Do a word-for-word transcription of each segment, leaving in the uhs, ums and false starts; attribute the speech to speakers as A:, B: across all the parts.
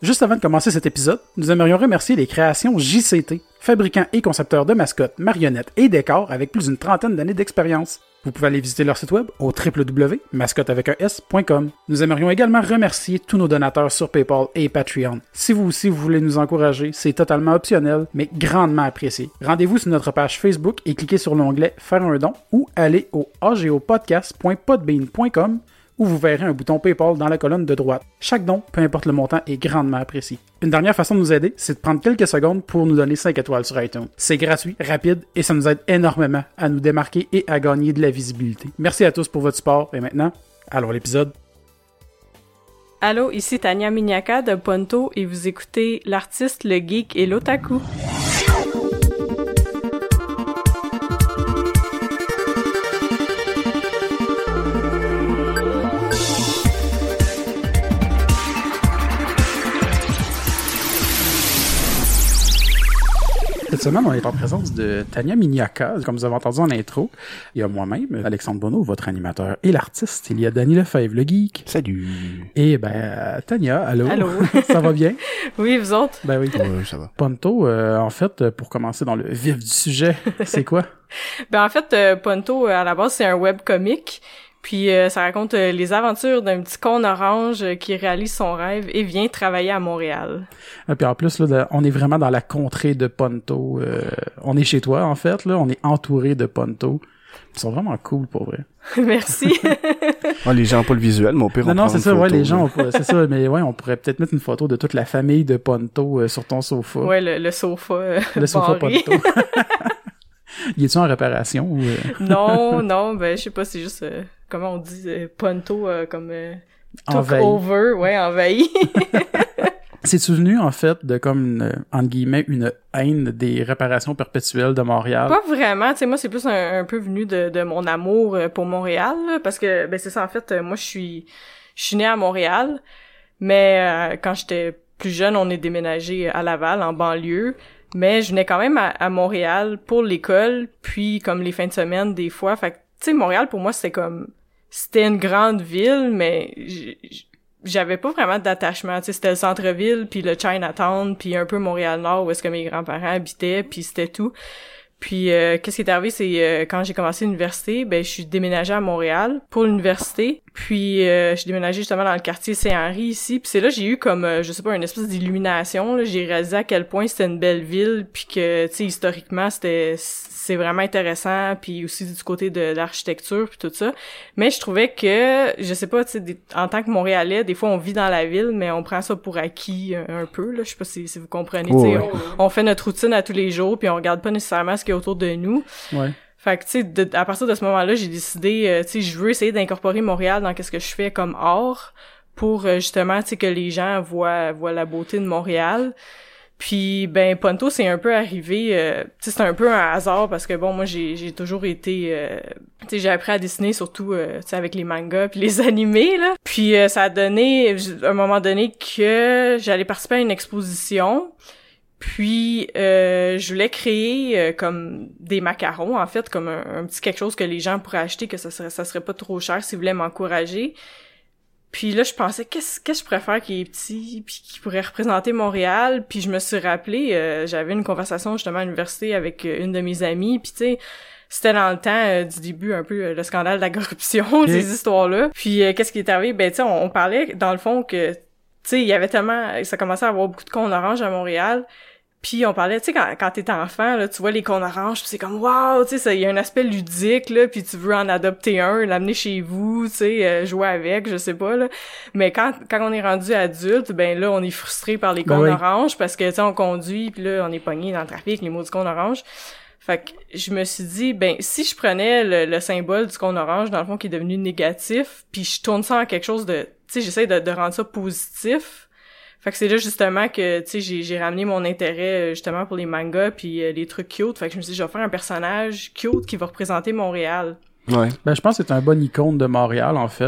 A: Juste avant de commencer cet épisode, nous aimerions remercier les créations J C T, fabricants et concepteurs de mascottes, marionnettes et décors avec plus d'une trentaine d'années d'expérience. Vous pouvez aller visiter leur site web au w w w point mascotte avec un s point com. Nous aimerions également remercier tous nos donateurs sur PayPal et Patreon. Si vous aussi vous voulez nous encourager, c'est totalement optionnel, mais grandement apprécié. Rendez-vous sur notre page Facebook et cliquez sur l'onglet « Faire un don » ou allez au a g o podcast point podbean point com où vous verrez un bouton PayPal dans la colonne de droite. Chaque don, peu importe le montant, est grandement apprécié. Une dernière façon de nous aider, c'est de prendre quelques secondes pour nous donner cinq étoiles sur iTunes. C'est gratuit, rapide et ça nous aide énormément à nous démarquer et à gagner de la visibilité. Merci à tous pour votre support et maintenant, allons à l'épisode.
B: Allô, ici Tania Miniaka de Ponto et vous écoutez l'artiste, le geek et l'otaku.
A: Cette semaine, on est en présence de Tania Miniaka, comme vous avez entendu en intro. Il y a moi-même, Alexandre Bonneau, votre animateur et l'artiste. Il y a Danny Lefebvre, le geek.
C: Salut!
A: Et ben, Tania, allô?
B: Allô?
A: Ça va bien?
B: Oui, vous autres?
A: Ben oui.
C: Oui, ça va.
A: Ponto, euh, en fait, pour commencer dans le vif du sujet, c'est quoi?
B: Ben en fait, euh, Ponto, à la base, c'est un webcomic. Puis euh, ça raconte euh, les aventures d'un petit con orange euh, qui réalise son rêve et vient travailler à Montréal.
A: Et puis en plus, là, on est vraiment dans la contrée de Ponto. Euh, on est chez toi, en fait. Là, on est entouré de Ponto. Ils sont vraiment cool, pour vrai.
B: Merci.
C: Ah, les gens n'ont pas le visuel, mais au pire,
A: non,
C: on
A: non,
C: prend
A: c'est
C: une
A: ça,
C: photo,
A: ouais, les
C: là.
A: gens, ont pas- c'est ça, mais ouais, on pourrait peut-être mettre une photo de toute la famille de Ponto euh, sur ton sofa.
B: Ouais, le, le sofa euh,
A: Le sofa
B: barré.
A: Ponto. Y est-tu en réparation ou... euh,
B: Non, non, ben je sais pas, c'est juste, euh, comment on dit, euh, Ponto, euh, comme euh, took
A: Envahi.
B: over, ouais, envahi.
A: C'est-tu venu, en fait, de comme, une, entre guillemets, une haine des réparations perpétuelles de Montréal?
B: Pas vraiment, tu sais, moi c'est plus un, un peu venu de, de mon amour euh, pour Montréal, là, parce que, ben c'est ça, en fait, euh, moi je suis je suis née à Montréal, mais euh, quand j'étais plus jeune, on est déménagé à Laval, en banlieue, mais je venais quand même à, à Montréal pour l'école, puis comme les fins de semaine, des fois, fait que, tu sais, Montréal, pour moi, c'était comme, c'était une grande ville, mais j- j- j'avais pas vraiment d'attachement, tu sais, c'était le centre-ville, puis le Chinatown, puis un peu Montréal-Nord, où est-ce que mes grands-parents habitaient, puis c'était tout. Puis euh, qu'est-ce qui est arrivé, c'est euh, quand j'ai commencé l'université, ben je suis déménagée à Montréal pour l'université. Puis euh, je suis déménagée justement dans le quartier Saint-Henri ici. Puis c'est là que j'ai eu comme euh, je sais pas une espèce d'illumination là, j'ai réalisé à quel point c'était une belle ville puis que tu sais historiquement c'était c'est vraiment intéressant puis aussi du côté de l'architecture puis tout ça. Mais je trouvais que je sais pas tu sais des- en tant que Montréalais, des fois on vit dans la ville mais on prend ça pour acquis un, un peu là, je sais pas si, si vous comprenez, tu sais
C: Ouais.
B: on, on fait notre routine à tous les jours puis on regarde pas nécessairement ce qu'il y a autour de nous.
A: Ouais.
B: Fait que, tu sais, de- à partir de ce moment-là, j'ai décidé, euh, tu sais, je veux essayer d'incorporer Montréal dans qu'est-ce que je fais comme art pour, euh, justement, tu sais, que les gens voient, voient la beauté de Montréal. Puis, ben, Ponto, c'est un peu arrivé, euh, tu sais, c'est un peu un hasard parce que, bon, moi, j'ai j'ai toujours été, euh, tu sais, j'ai appris à dessiner surtout, euh, tu sais, avec les mangas puis les animés, là. Puis, euh, ça a donné, à un moment donné, que j'allais participer à une exposition. Puis, euh, je voulais créer euh, comme des macarons, en fait, comme un, un petit quelque chose que les gens pourraient acheter, que ça serait ça serait pas trop cher s'ils voulaient m'encourager. Puis là, je pensais, qu'est-ce qu'est-ce que je pourrais faire qui est petit, puis qui pourrait représenter Montréal. Puis je me suis rappelé, euh, j'avais une conversation justement à l'université avec euh, une de mes amies, puis tu sais, c'était dans le temps euh, du début un peu euh, le scandale de la corruption, ces histoires-là. Puis euh, qu'est-ce qui est arrivé? Ben tu sais, on, on parlait dans le fond que, tu sais, il y avait tellement, ça commençait à avoir beaucoup de cons orange à Montréal. Puis on parlait, tu sais, quand, quand t'es enfant, là, tu vois les cons oranges, pis c'est comme, waouh, tu sais, il y a un aspect ludique, là, puis tu veux en adopter un, l'amener chez vous, tu sais, euh, jouer avec, je sais pas, là. Mais quand quand on est rendu adulte, ben là, on est frustré par les cons
A: Ben oui.
B: oranges, parce que, tu sais, on conduit, puis là, on est pogné dans le trafic, les maudits cons oranges. Fait que je me suis dit, ben, si je prenais le, le symbole du con orange, dans le fond, qui est devenu négatif, puis je tourne ça en quelque chose de, tu sais, j'essaie de, de rendre ça positif. Fait que c'est là justement que, tu sais, j'ai, j'ai ramené mon intérêt euh, justement pour les mangas puis euh, les trucs cute. Fait que je me suis dit, je vais faire un personnage cute qui va représenter Montréal.
C: Ouais.
A: Ben, je pense que c'est un bon icône de Montréal, en fait.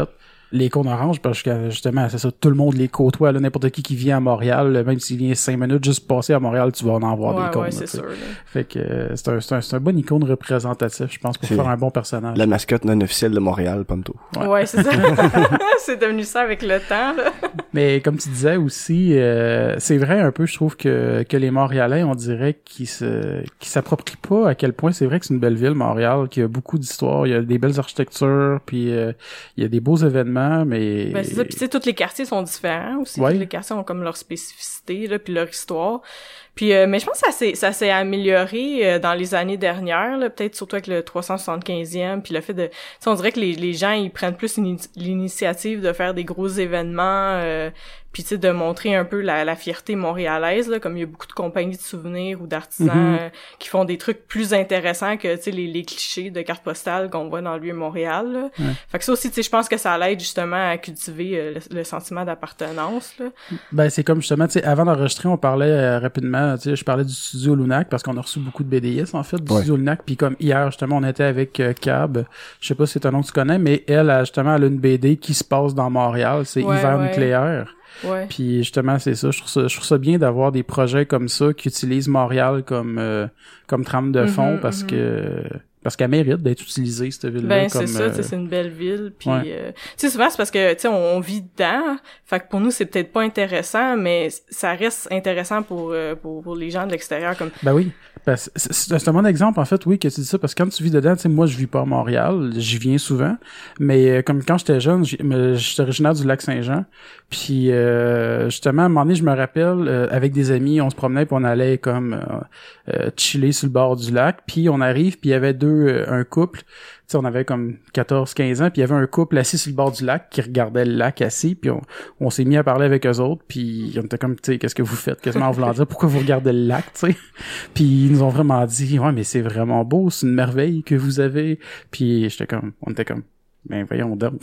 A: les cônes oranges, parce que justement, c'est ça, tout le monde les côtoie, là, n'importe qui qui vient à Montréal, même s'il vient cinq minutes juste passer à Montréal, tu vas en avoir
B: ouais,
A: des cônes.
B: Ouais, c'est
A: là,
B: sûr. Là.
A: Fait que euh, c'est un, c'est un, c'est un bon icône représentatif, je pense, pour
C: c'est
A: faire un bon personnage.
C: La mascotte non officielle de Montréal, Ponto.
B: Ouais, ouais c'est ça. C'est devenu ça avec le temps, là.
A: Mais comme tu disais aussi, euh, c'est vrai un peu, je trouve que que les Montréalais, on dirait qu'ils se qu'ils s'approprient pas à quel point c'est vrai que c'est une belle ville, Montréal, qu'il y a beaucoup d'histoires, il y a des belles architectures, puis euh, il y a des beaux événements, mais
B: ben c'est ça, puis tu sais, tous les quartiers sont différents aussi,
A: ouais.
B: Tous les quartiers ont comme leur spécificité là, puis leur histoire. Puis euh, mais je pense que ça s'est ça s'est amélioré euh, dans les années dernières là, peut-être surtout avec le trois cent soixante-quinzième, puis le fait de tu sais on dirait que les les gens ils prennent plus une, l'initiative de faire des gros événements euh, puis tu sais de montrer un peu la la fierté montréalaise là, comme il y a beaucoup de compagnies de souvenirs ou d'artisans mm-hmm. euh, qui font des trucs plus intéressants que tu sais les les clichés de cartes postales qu'on voit dans le vieux Montréal là. Ouais. Fait que ça aussi tu sais je pense que ça l'aide justement à cultiver euh, le, le sentiment d'appartenance là.
A: Ben c'est comme justement tu sais avant d'enregistrer on parlait euh, rapidement tu sais je parlais du studio Lunac parce qu'on a reçu beaucoup de B D S en fait du ouais. studio Lunac puis comme hier justement on était avec euh, Cab, je sais pas si c'est un nom que tu connais mais elle a justement elle a une B D qui se passe dans Montréal, c'est ouais, Hiver ouais. nucléaire.
B: Ouais.
A: Puis justement c'est ça je trouve ça je trouve ça bien d'avoir des projets comme ça qui utilisent Montréal comme euh, comme trame de fond mm-hmm, parce mm-hmm. que parce qu'elle mérite d'être utilisée cette ville-là
B: ben
A: comme
B: c'est ça
A: euh...
B: c'est une belle ville puis
A: ouais.
B: euh, tu sais souvent c'est parce que tu sais on, on vit dedans fait que pour nous c'est peut-être pas intéressant mais ça reste intéressant pour euh, pour, pour les gens de l'extérieur comme
A: ben oui ben, c'est, c'est, c'est un bon exemple en fait oui que tu dis ça parce que quand tu vis dedans tu sais moi je vis pas à Montréal j'y viens souvent mais euh, comme quand j'étais jeune j'étais originaire du Lac-Saint-Jean puis euh, justement à un moment donné je me rappelle euh, avec des amis on se promenait puis on allait comme euh, euh, chiller sur le bord du lac puis on arrive puis il y avait deux un couple, tu sais on avait comme quatorze quinze ans, puis il y avait un couple assis sur le bord du lac qui regardait le lac assis, puis on, on s'est mis à parler avec eux autres, puis on était comme tu sais qu'est-ce que vous faites, quasiment en voulant dire pourquoi vous regardez le lac, tu sais. Puis ils nous ont vraiment dit ouais mais c'est vraiment beau, c'est une merveille que vous avez. Puis j'étais comme on était comme ben voyons donc.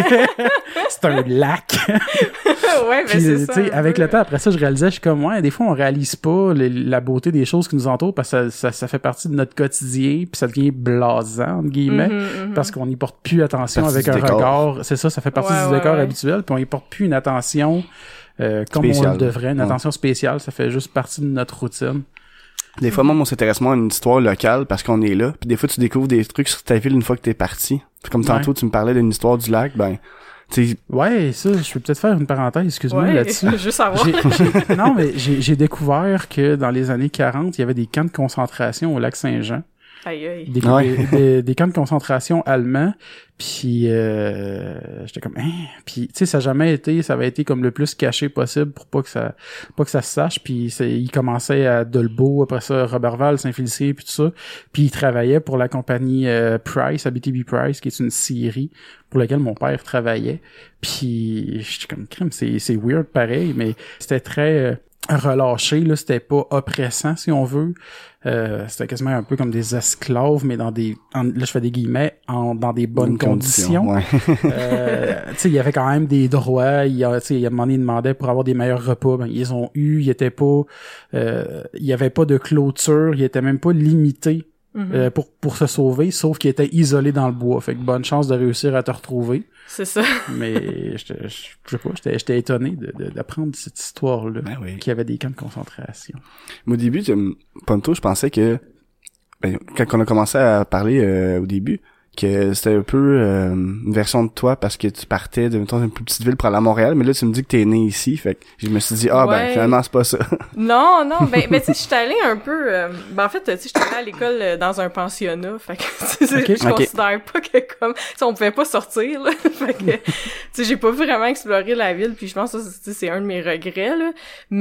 A: C'est un lac.
B: Ouais, mais
A: puis,
B: c'est ça.
A: Avec le temps, après ça, je réalisais, je suis comme, ouais, des fois, on réalise pas les, la beauté des choses qui nous entourent parce que ça, ça, ça fait partie de notre quotidien, puis ça devient blasant, entre guillemets, mm-hmm, mm-hmm. parce qu'on n'y porte plus attention partie avec un décor. Regard. C'est ça, ça fait partie ouais, du ouais, décor ouais. habituel, puis on y porte plus une attention euh, comme spécial. On le devrait, une ouais. attention spéciale, ça fait juste partie de notre routine.
C: Des fois, moi, on s'intéresse moins à une histoire locale parce qu'on est là. Puis des fois, tu découvres des trucs sur ta ville une fois que t'es parti. Comme tantôt, ouais. tu me parlais d'une histoire du lac, ben... T'sais...
A: Ouais, ça, je peux peut-être faire une parenthèse, excuse-moi,
B: ouais,
A: là-dessus.
B: Je veux savoir.
A: J'ai, j'ai, non, mais j'ai, j'ai découvert que dans les années quarante, il y avait des camps de concentration au lac Saint-Jean.
B: Aïe, aïe.
A: Des, ouais. des, des, des camps de concentration allemands. Puis euh, j'étais comme hein? Puis tu sais ça a jamais été ça avait été comme le plus caché possible pour pas que ça pas que ça se sache. Puis c'est, il commençait à Dolbeau, après ça Roberval, Saint-Félicien puis tout ça. Puis il travaillait pour la compagnie euh, Price, Abitibi Price, qui est une scierie pour laquelle mon père travaillait. Puis j'étais comme crème, c'est c'est weird pareil, mais c'était très euh, relâché là, c'était pas oppressant si on veut. Euh, c'était quasiment un peu comme des esclaves, mais dans des, en, là je fais des guillemets, en, dans des bonnes conditions. conditions. Ouais. euh, tu sais, il y avait quand même des droits. Il y a, tu sais, il y a un moment donné, il demandait pour avoir des meilleurs repas. Ben ils ont eu. Il était pas, euh, il y avait pas de clôture. Il était même pas limité mm-hmm. euh, pour pour se sauver, sauf qu'il était isolé dans le bois. Fait que bonne chance de réussir à te retrouver.
B: C'est ça.
A: Mais je sais pas, j'étais, j'étais étonné de, de, d'apprendre cette histoire-là,
C: ben oui.
A: qu'il y avait des camps de concentration.
C: Mais au début, Ponto, je pensais que ben, quand on a commencé à parler euh, au début, que c'était un peu euh, une version de toi parce que tu partais de mettons, une plus petite ville pour aller à Montréal, mais là tu me dis que t'es né ici, fait que je me suis dit ah ouais. ben finalement c'est pas ça.
B: Non non ben ben tu sais je suis allée un peu euh, ben en fait tu sais j'étais allée à l'école euh, dans un pensionnat, fait que okay. je okay. considère pas que comme tu sais on pouvait pas sortir là, fait que tu sais j'ai pas vraiment exploré la ville, puis je pense que ça c'est, c'est un de mes regrets là,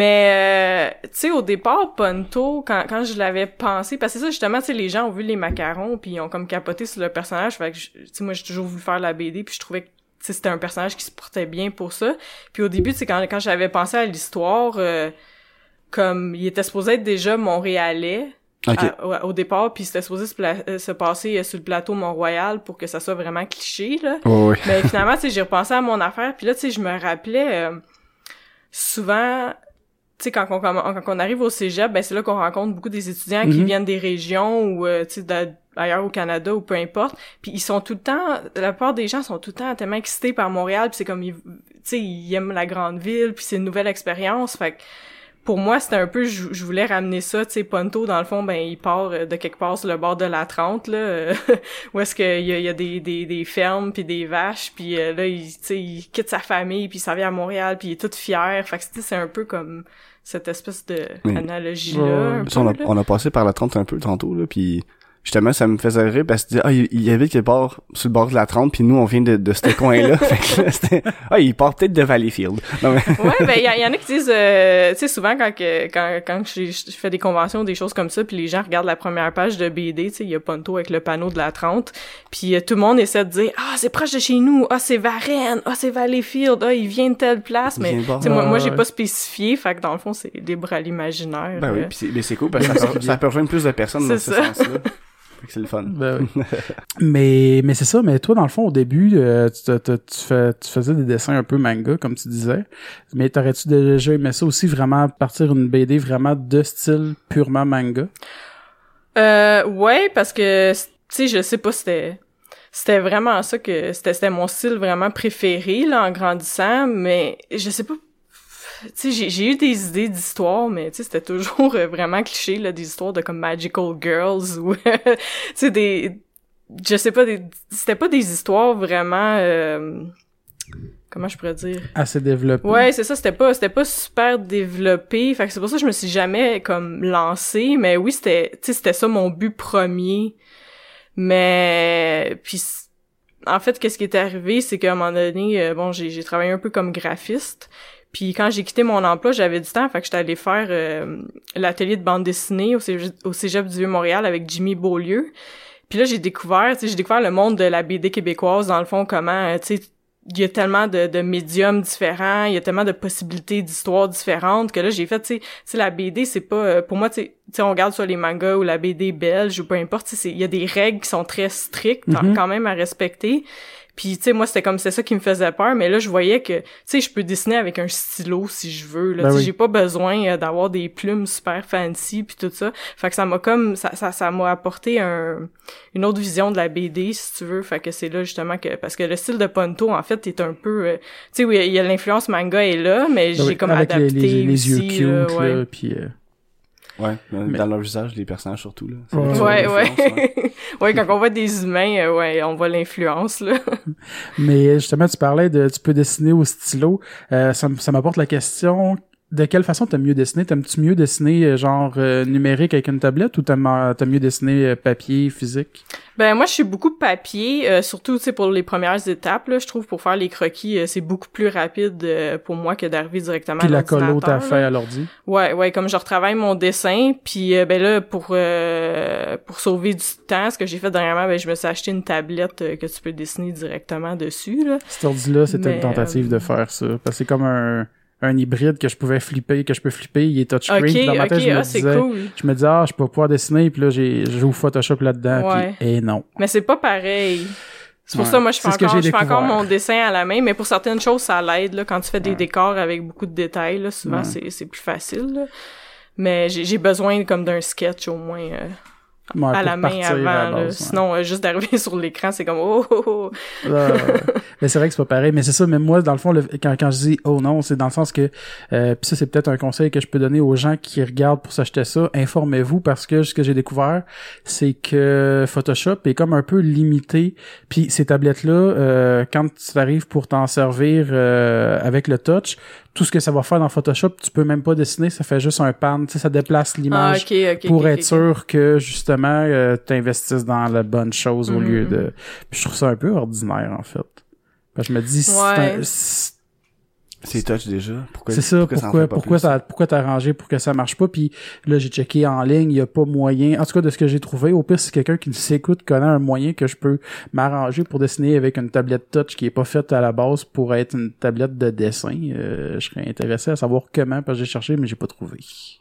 B: mais euh, tu sais au départ Ponto quand quand je l'avais pensé parce que ça justement tu sais les gens ont vu les macarons puis ils ont comme capoté sur le personnage. Fait que tu sais moi j'ai toujours voulu faire la B D puis je trouvais que c'était un personnage qui se portait bien pour ça. Puis au début tu sais quand quand j'avais pensé à l'histoire euh, comme il était supposé être déjà montréalais okay. à, au, au départ, puis c'était supposé se, pla- se passer euh, sur le plateau Mont-Royal pour que ça soit vraiment cliché là.
C: Oh, oui.
B: Mais finalement tu sais j'ai repensé à mon affaire puis là tu sais je me rappelais euh, souvent sais, quand on, quand on arrive au cégep, ben c'est là qu'on rencontre beaucoup des étudiants mm-hmm. qui viennent des régions ou, euh, tu sais, ailleurs au Canada ou peu importe. Puis ils sont tout le temps, la plupart des gens sont tout le temps tellement excités par Montréal, puis c'est comme, tu sais, ils aiment la grande ville, puis c'est une nouvelle expérience. Fait que pour moi, c'était un peu, je, je voulais ramener ça, tu sais, Ponto, dans le fond, ben, il part de quelque part sur le bord de la trente, là, où est-ce qu'il y a, il y a des, des, des fermes puis des vaches, puis euh, là, il, tu sais, il quitte sa famille, puis il s'en vient à Montréal, puis il est tout fier. Fait que, tu sais, c'est un peu comme cette espèce de oui. analogie-là.
C: Ouais. On, a, on a passé par la trente un peu tantôt, là, puis justement, ça me faisait rire parce que ah, il, il habite quelque part sur le bord de la trente, puis nous, on vient de, de ce coin-là. Fait que là, c'était, ah, il part peut-être de Valleyfield. Non, mais...
B: ouais, ben, il y, y en a qui disent, euh, tu sais, souvent, quand que, quand, quand je, je fais des conventions, des choses comme ça, puis les gens regardent la première page de B D, tu sais, il y a Ponto avec le panneau de la trente, puis euh, tout le monde essaie de dire, ah, c'est proche de chez nous, ah, c'est Varennes, ah, c'est Valleyfield, ah, il vient de telle place, mais, tu sais, moi, moi, j'ai pas spécifié, fait que dans le fond, c'est libre à l'imaginaire.
C: Ben oui, pis c'est, mais c'est cool, parce que ça, ça peut rejoindre plus de personnes dans ce sens-là. C'est le fun.
A: Ben oui. mais mais c'est ça, mais toi dans le fond au début euh, tu, tu, tu, fais, tu faisais des dessins un peu manga comme tu disais, mais t'aurais-tu déjà aimé ça aussi vraiment partir une B D vraiment de style purement manga?
B: Euh ouais, parce que tu sais je sais pas c'était c'était vraiment ça que c'était c'était mon style vraiment préféré là en grandissant, mais je sais pas. Tu sais, j'ai, j'ai eu des idées d'histoires, mais tu sais, c'était toujours euh, vraiment cliché, là, des histoires de comme Magical Girls ou, tu sais, des, je sais pas, des, c'était pas des histoires vraiment, euh, comment je pourrais dire?
A: Assez développées.
B: Ouais, c'est ça, c'était pas, c'était pas super développé, fait que c'est pour ça que je me suis jamais, comme, lancée, mais oui, c'était, tu sais, c'était ça mon but premier, mais, puis en fait, qu'est-ce qui est arrivé, c'est qu'à un moment donné, euh, bon, j'ai, j'ai travaillé un peu comme graphiste. Puis quand j'ai quitté mon emploi, j'avais du temps, fait que j'étais allée faire euh, l'atelier de bande dessinée au Cégep, au Cégep du Vieux-Montréal avec Jimmy Beaulieu. Puis là, j'ai découvert, tu sais, j'ai découvert le monde de la B D québécoise, dans le fond, comment, tu sais, il y a tellement de, de médiums différents, il y a tellement de possibilités d'histoires différentes que là, j'ai fait, tu sais, tu sais, la B D, c'est pas, pour moi, tu sais, tu sais, on regarde sur les mangas ou la B D belge ou peu importe, tu sais, il y a des règles qui sont très strictes, mm-hmm. quand même à respecter. Puis tu sais moi c'était comme c'est ça qui me faisait peur, mais là je voyais que tu sais je peux dessiner avec un stylo si je veux là, ben oui. J'ai pas besoin euh, d'avoir des plumes super fancy puis tout ça. Fait que ça m'a comme ça ça ça m'a apporté un une autre vision de la B D si tu veux. Fait que c'est là justement que parce que le style de Ponto en fait est un peu euh, tu sais oui, il y a l'influence manga est là, mais ben j'ai oui, comme
A: avec
B: adapté
A: les, les, les
B: aussi,
A: yeux cute
B: euh, ouais.
A: là puis euh...
C: Ouais, mais... dans leur visage, les personnages surtout, là.
B: Ouais, ouais. Ouais. ouais, quand on voit des humains, euh, ouais, on voit l'influence, là.
A: Mais justement, tu parlais de, tu peux dessiner au stylo. Euh, ça, ça m'apporte la question, de quelle façon t'aimes mieux dessiner? T'aimes-tu mieux dessiner, genre, euh, numérique avec une tablette ou t'aimes, t'aimes mieux dessiner euh, papier, physique?
B: Ben, moi, je suis beaucoup papier, euh, surtout, tu sais, pour les premières étapes, là, je trouve, pour faire les croquis, euh, c'est beaucoup plus rapide euh, pour moi que d'arriver directement
A: puis
B: à l'ordinateur. Puis la
A: colo, t'as fait à l'ordi?
B: Ouais, ouais, comme je retravaille mon dessin, puis euh, ben là, pour euh, pour sauver du temps, ce que j'ai fait dernièrement, ben je me suis acheté une tablette euh, que tu peux dessiner directement dessus, là.
A: Cet ordi-là, c'était
B: Mais,
A: une tentative euh... de faire ça, parce que c'est comme un... un hybride que je pouvais flipper, que je peux flipper, il est touchscreen.
B: Okay,
A: dans ma tête,
B: okay,
A: je me
B: ah,
A: disais,
B: c'est cool.
A: je me disais, ah, je peux pouvoir dessiner, puis là, j'ai, je joue Photoshop là-dedans,
B: ouais.
A: puis, et non.
B: Mais c'est pas pareil. C'est pour
A: ouais.
B: ça, moi, je fais
A: c'est
B: encore, je
A: fais
B: encore mon dessin à la main, mais pour certaines choses, ça l'aide, là, quand tu fais des ouais. décors avec beaucoup de détails, là, souvent, ouais. c'est, c'est plus facile, là. Mais j'ai, j'ai besoin, comme, d'un sketch, au moins, euh,
A: ouais,
B: à la main avant,
A: base,
B: là.
A: Ouais.
B: Sinon, euh, juste d'arriver sur l'écran, c'est comme, oh, oh, oh.
A: euh, mais c'est vrai que c'est pas pareil. Mais c'est ça, même moi, dans le fond, le, quand, quand je dis « oh non », c'est dans le sens que, euh, pis ça, c'est peut-être un conseil que je peux donner aux gens qui regardent pour s'acheter ça. Informez-vous, parce que ce que j'ai découvert, c'est que Photoshop est comme un peu limité. Puis ces tablettes-là, euh, quand tu arrives pour t'en servir euh, avec le touch, tout ce que ça va faire dans Photoshop, tu peux même pas dessiner, ça fait juste un pan, tu sais, ça déplace l'image
B: ah, okay, okay,
A: pour
B: okay,
A: être
B: okay.
A: sûr que, justement, euh, tu investisses dans la bonne chose mm-hmm. au lieu de... Puis je trouve ça un peu ordinaire, en fait. Parce que je me dis, c'est
B: ouais.
A: un... C'est...
C: C'est touch déjà. Pourquoi,
A: c'est ça, pourquoi, pourquoi, pourquoi, ça, pourquoi t'as arrangé pour que ça marche pas? Puis là, j'ai checké en ligne, il y a pas moyen. En tout cas, de ce que j'ai trouvé, au pire, si quelqu'un qui s'écoute connaît un moyen que je peux m'arranger pour dessiner avec une tablette touch qui est pas faite à la base pour être une tablette de dessin, euh, je serais intéressé à savoir comment, parce que j'ai cherché, mais j'ai pas trouvé.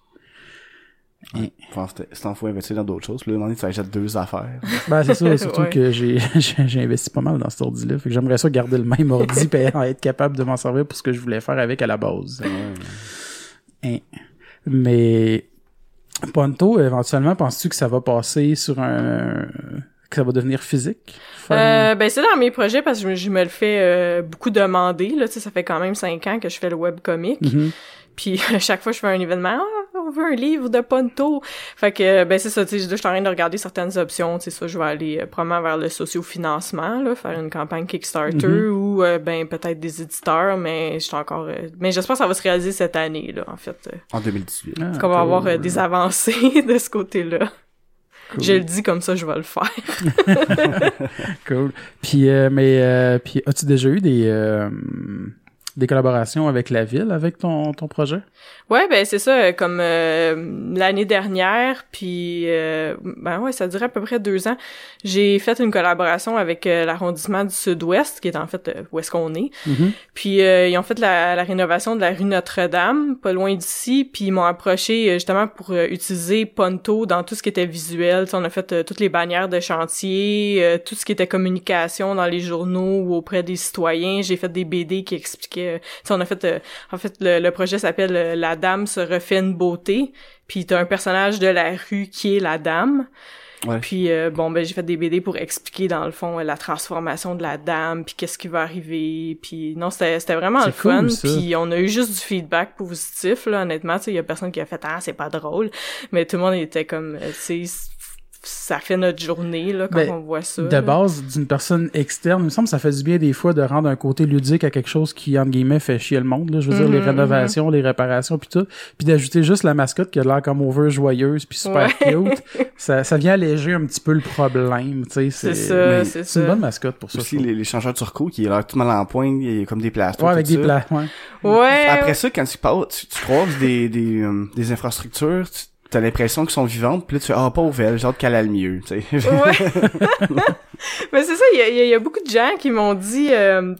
C: Ouais. Enfin, c'est en faut investir dans d'autres choses. Puis là, à un moment donné, tu achètes deux affaires.
A: Ben, c'est ça. Surtout
B: ouais.
A: que j'ai, j'ai, j'ai investi pas mal dans cet ordi-là. Fait que j'aimerais ça garder le même ordi et être capable de m'en servir pour ce que je voulais faire avec à la base.
C: Ouais.
A: Hein. Mais Ponto, éventuellement, penses-tu que ça va passer sur un... que ça va devenir physique?
B: Euh, ben c'est dans mes projets parce que je, je me le fais euh, beaucoup demander. Là, tu sais, ça fait quand même cinq ans que je fais le webcomic.
A: Mm-hmm.
B: Puis à chaque fois que je fais un événement, ah, on veut un livre de Ponto. Fait que ben c'est ça, tu sais, je suis en train de regarder certaines options, tu sais ça, je vais aller euh, probablement vers le sociofinancement là, faire une campagne Kickstarter mm-hmm. ou euh, ben peut-être des éditeurs, mais je suis encore euh, mais j'espère que ça va se réaliser cette année là en fait.
C: En deux mille dix-huit.
B: Ah, qu'on va avoir euh, des avancées de ce côté-là. Cool. Je le dis comme ça, je vais le faire.
A: Cool. Puis euh, mais euh, puis as-tu déjà eu des euh, des collaborations avec la ville, avec ton ton projet?
B: Ouais, ben c'est ça, comme euh, l'année dernière, puis euh, ben ouais, ça durait à peu près deux ans. J'ai fait une collaboration avec euh, l'arrondissement du Sud-Ouest, qui est en fait euh, où est-ce qu'on est. Mm-hmm. Puis euh, ils ont fait la, la rénovation de la rue Notre-Dame, pas loin d'ici, puis ils m'ont approché euh, justement pour euh, utiliser Ponto dans tout ce qui était visuel. T'sais, on a fait euh, toutes les bannières de chantier, euh, tout ce qui était communication dans les journaux ou auprès des citoyens. J'ai fait des B D qui expliquaient. Euh, t'sais, on a fait, euh, en fait, le, le projet s'appelle euh, La Dame se refait une beauté, puis t'as un personnage de la rue qui est la dame. Ouais. Puis euh, bon ben j'ai fait des B D pour expliquer dans le fond la transformation de la dame, puis qu'est-ce qui va arriver, puis non c'était c'était vraiment le fun, puis on a eu juste du feedback positif là honnêtement, tu sais il y a personne qui a fait ah c'est pas drôle, mais tout le monde était comme tu sais ça fait notre journée là quand ben, on voit ça.
A: De
B: là.
A: base, d'une personne externe, il me semble que ça fait du bien des fois de rendre un côté ludique à quelque chose qui, entre guillemets, fait chier le monde. Là. Je veux mm-hmm, dire, les rénovations, mm-hmm. les réparations, puis tout. Puis d'ajouter juste la mascotte qui a l'air comme over joyeuse puis super ouais. cute. ça, ça vient alléger un petit peu le problème. Tu sais, c'est,
B: c'est ça, c'est,
A: c'est une bonne mascotte pour ça.
C: Aussi, les, les changeurs turco qui a l'air tout mal en point, il y a comme des plastiques.
A: Ouais, avec des pla- ouais.
B: ouais.
C: Après ça, quand tu passes, tu, tu croises des, des, euh, des infrastructures, tu, t'as l'impression qu'elles sont vivantes, puis là, tu fais « Ah, pauvre, j'ai hâte qu'elle aille mieux. » tu sais.
B: Ouais. Mais c'est ça, il y a, y a beaucoup de gens qui m'ont dit... Euh,